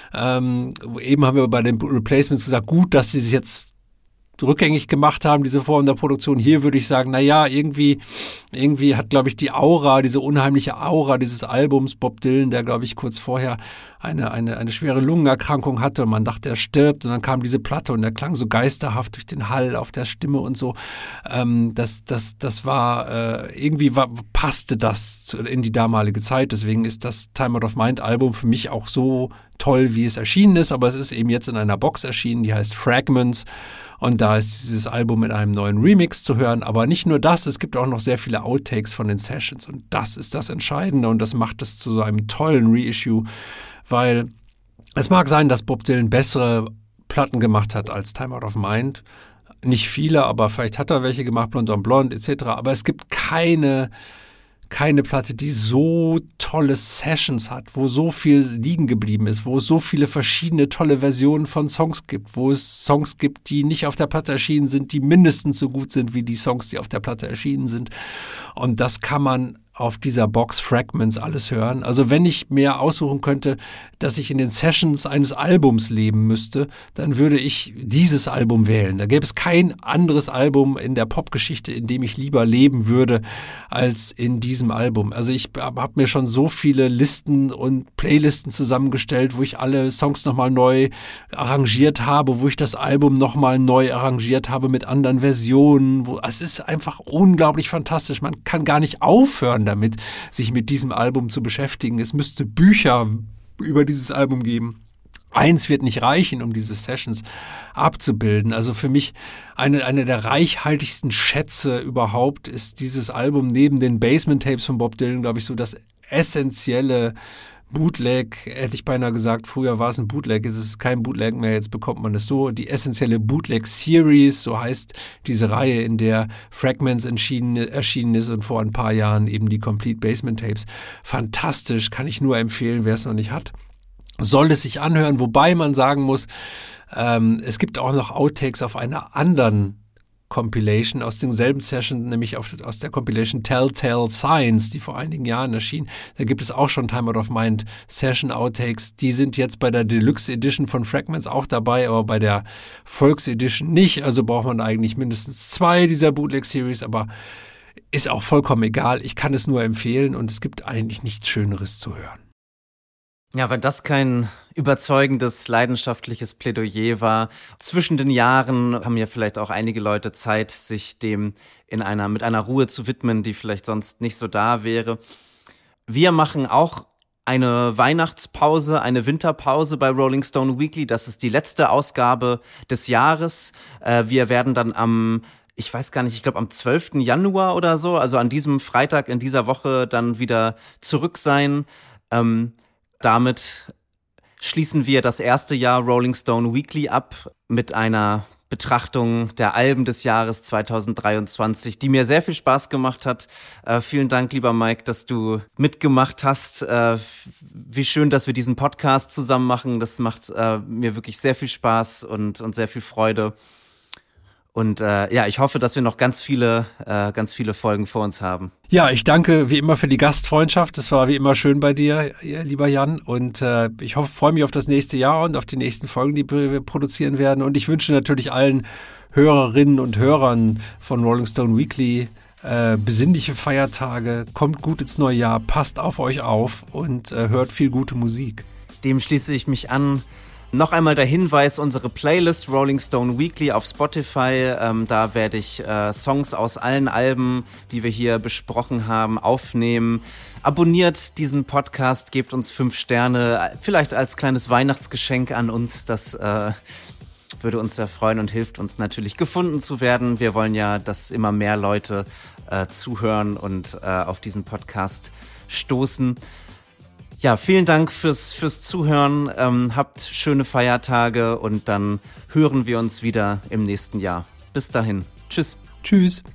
Ähm, eben haben wir bei den Replacements gesagt, gut, dass sie es jetzt rückgängig gemacht haben, diese Form der Produktion. Hier würde ich sagen, naja, irgendwie, irgendwie hat, glaube ich, die Aura, diese unheimliche Aura dieses Albums, Bob Dylan, der, glaube ich, kurz vorher eine, eine, eine schwere Lungenerkrankung hatte und man dachte, er stirbt und dann kam diese Platte und der klang so geisterhaft durch den Hall auf der Stimme und so. Ähm, das, das, das war, äh, irgendwie war, passte das zu, in die damalige Zeit, deswegen ist das Time Out of Mind Album für mich auch so toll, wie es erschienen ist, aber es ist eben jetzt in einer Box erschienen, die heißt Fragments. Und da ist dieses Album mit einem neuen Remix zu hören. Aber nicht nur das, es gibt auch noch sehr viele Outtakes von den Sessions. Und das ist das Entscheidende und das macht es zu so einem tollen Reissue. Weil es mag sein, dass Bob Dylan bessere Platten gemacht hat als Time Out of Mind. Nicht viele, aber vielleicht hat er welche gemacht, Blond on Blond et cetera. Aber es gibt keine... keine Platte, die so tolle Sessions hat, wo so viel liegen geblieben ist, wo es so viele verschiedene tolle Versionen von Songs gibt, wo es Songs gibt, die nicht auf der Platte erschienen sind, die mindestens so gut sind wie die Songs, die auf der Platte erschienen sind. Und das kann man auf dieser Box Fragments alles hören. Also wenn ich mir aussuchen könnte, dass ich in den Sessions eines Albums leben müsste, dann würde ich dieses Album wählen. Da gäbe es kein anderes Album in der Popgeschichte, in dem ich lieber leben würde, als in diesem Album. Also ich habe mir schon so viele Listen und Playlisten zusammengestellt, wo ich alle Songs nochmal neu arrangiert habe, wo ich das Album nochmal neu arrangiert habe mit anderen Versionen. Wo, es ist einfach unglaublich fantastisch. Man kann gar nicht aufhören damit, sich mit diesem Album zu beschäftigen. Es müsste Bücher über dieses Album geben. Eins wird nicht reichen, um diese Sessions abzubilden. Also für mich eine, eine der reichhaltigsten Schätze überhaupt ist dieses Album neben den Basement-Tapes von Bob Dylan, glaube ich, so das essentielle Bootleg, hätte ich beinahe gesagt, früher war es ein Bootleg, es ist kein Bootleg mehr, jetzt bekommt man es so. Die essentielle Bootleg-Series, so heißt diese Reihe, in der Fragments erschienen, erschienen ist und vor ein paar Jahren eben die Complete Basement Tapes. Fantastisch, kann ich nur empfehlen, wer es noch nicht hat. Soll es sich anhören, wobei man sagen muss, ähm, es gibt auch noch Outtakes auf einer anderen Compilation aus denselben Session, nämlich auf, aus der Compilation Telltale Signs, die vor einigen Jahren erschien. Da gibt es auch schon Time Out of Mind Session Outtakes. Die sind jetzt bei der Deluxe Edition von Fragments auch dabei, aber bei der Volks Edition nicht. Also braucht man eigentlich mindestens zwei dieser Bootleg Series, aber ist auch vollkommen egal. Ich kann es nur empfehlen und es gibt eigentlich nichts Schöneres zu hören. Ja, wenn das kein überzeugendes, leidenschaftliches Plädoyer war. Zwischen den Jahren haben ja vielleicht auch einige Leute Zeit, sich dem in einer, mit einer Ruhe zu widmen, die vielleicht sonst nicht so da wäre. Wir machen auch eine Weihnachtspause, eine Winterpause bei Rolling Stone Weekly. Das ist die letzte Ausgabe des Jahres. Wir werden dann am Ich weiß gar nicht, ich glaube am zwölften Januar oder so, also an diesem Freitag in dieser Woche dann wieder zurück sein. Ähm, Damit schließen wir das erste Jahr Rolling Stone Weekly ab mit einer Betrachtung der Alben des Jahres zwanzig dreiundzwanzig, die mir sehr viel Spaß gemacht hat. Äh, vielen Dank, lieber Mike, dass du mitgemacht hast. Äh, wie schön, dass wir diesen Podcast zusammen machen. Das macht äh, mir wirklich sehr viel Spaß und, und sehr viel Freude. Und äh, ja, ich hoffe, dass wir noch ganz viele, äh, ganz viele Folgen vor uns haben. Ja, ich danke wie immer für die Gastfreundschaft. Es war wie immer schön bei dir, lieber Jan. Und äh, ich hoffe, freue mich auf das nächste Jahr und auf die nächsten Folgen, die wir produzieren werden. Und ich wünsche natürlich allen Hörerinnen und Hörern von Rolling Stone Weekly äh, besinnliche Feiertage. Kommt gut ins neue Jahr, passt auf euch auf und äh, hört viel gute Musik. Dem schließe ich mich an. Noch einmal der Hinweis, unsere Playlist Rolling Stone Weekly auf Spotify, ähm, da werde ich äh, Songs aus allen Alben, die wir hier besprochen haben, aufnehmen. Abonniert diesen Podcast, gebt uns fünf Sterne, vielleicht als kleines Weihnachtsgeschenk an uns, das äh, würde uns sehr freuen und hilft uns natürlich gefunden zu werden. Wir wollen ja, dass immer mehr Leute äh, zuhören und äh, auf diesen Podcast stoßen. Ja, vielen Dank fürs, fürs Zuhören. Ähm, habt schöne Feiertage und dann hören wir uns wieder im nächsten Jahr. Bis dahin. Tschüss. Tschüss.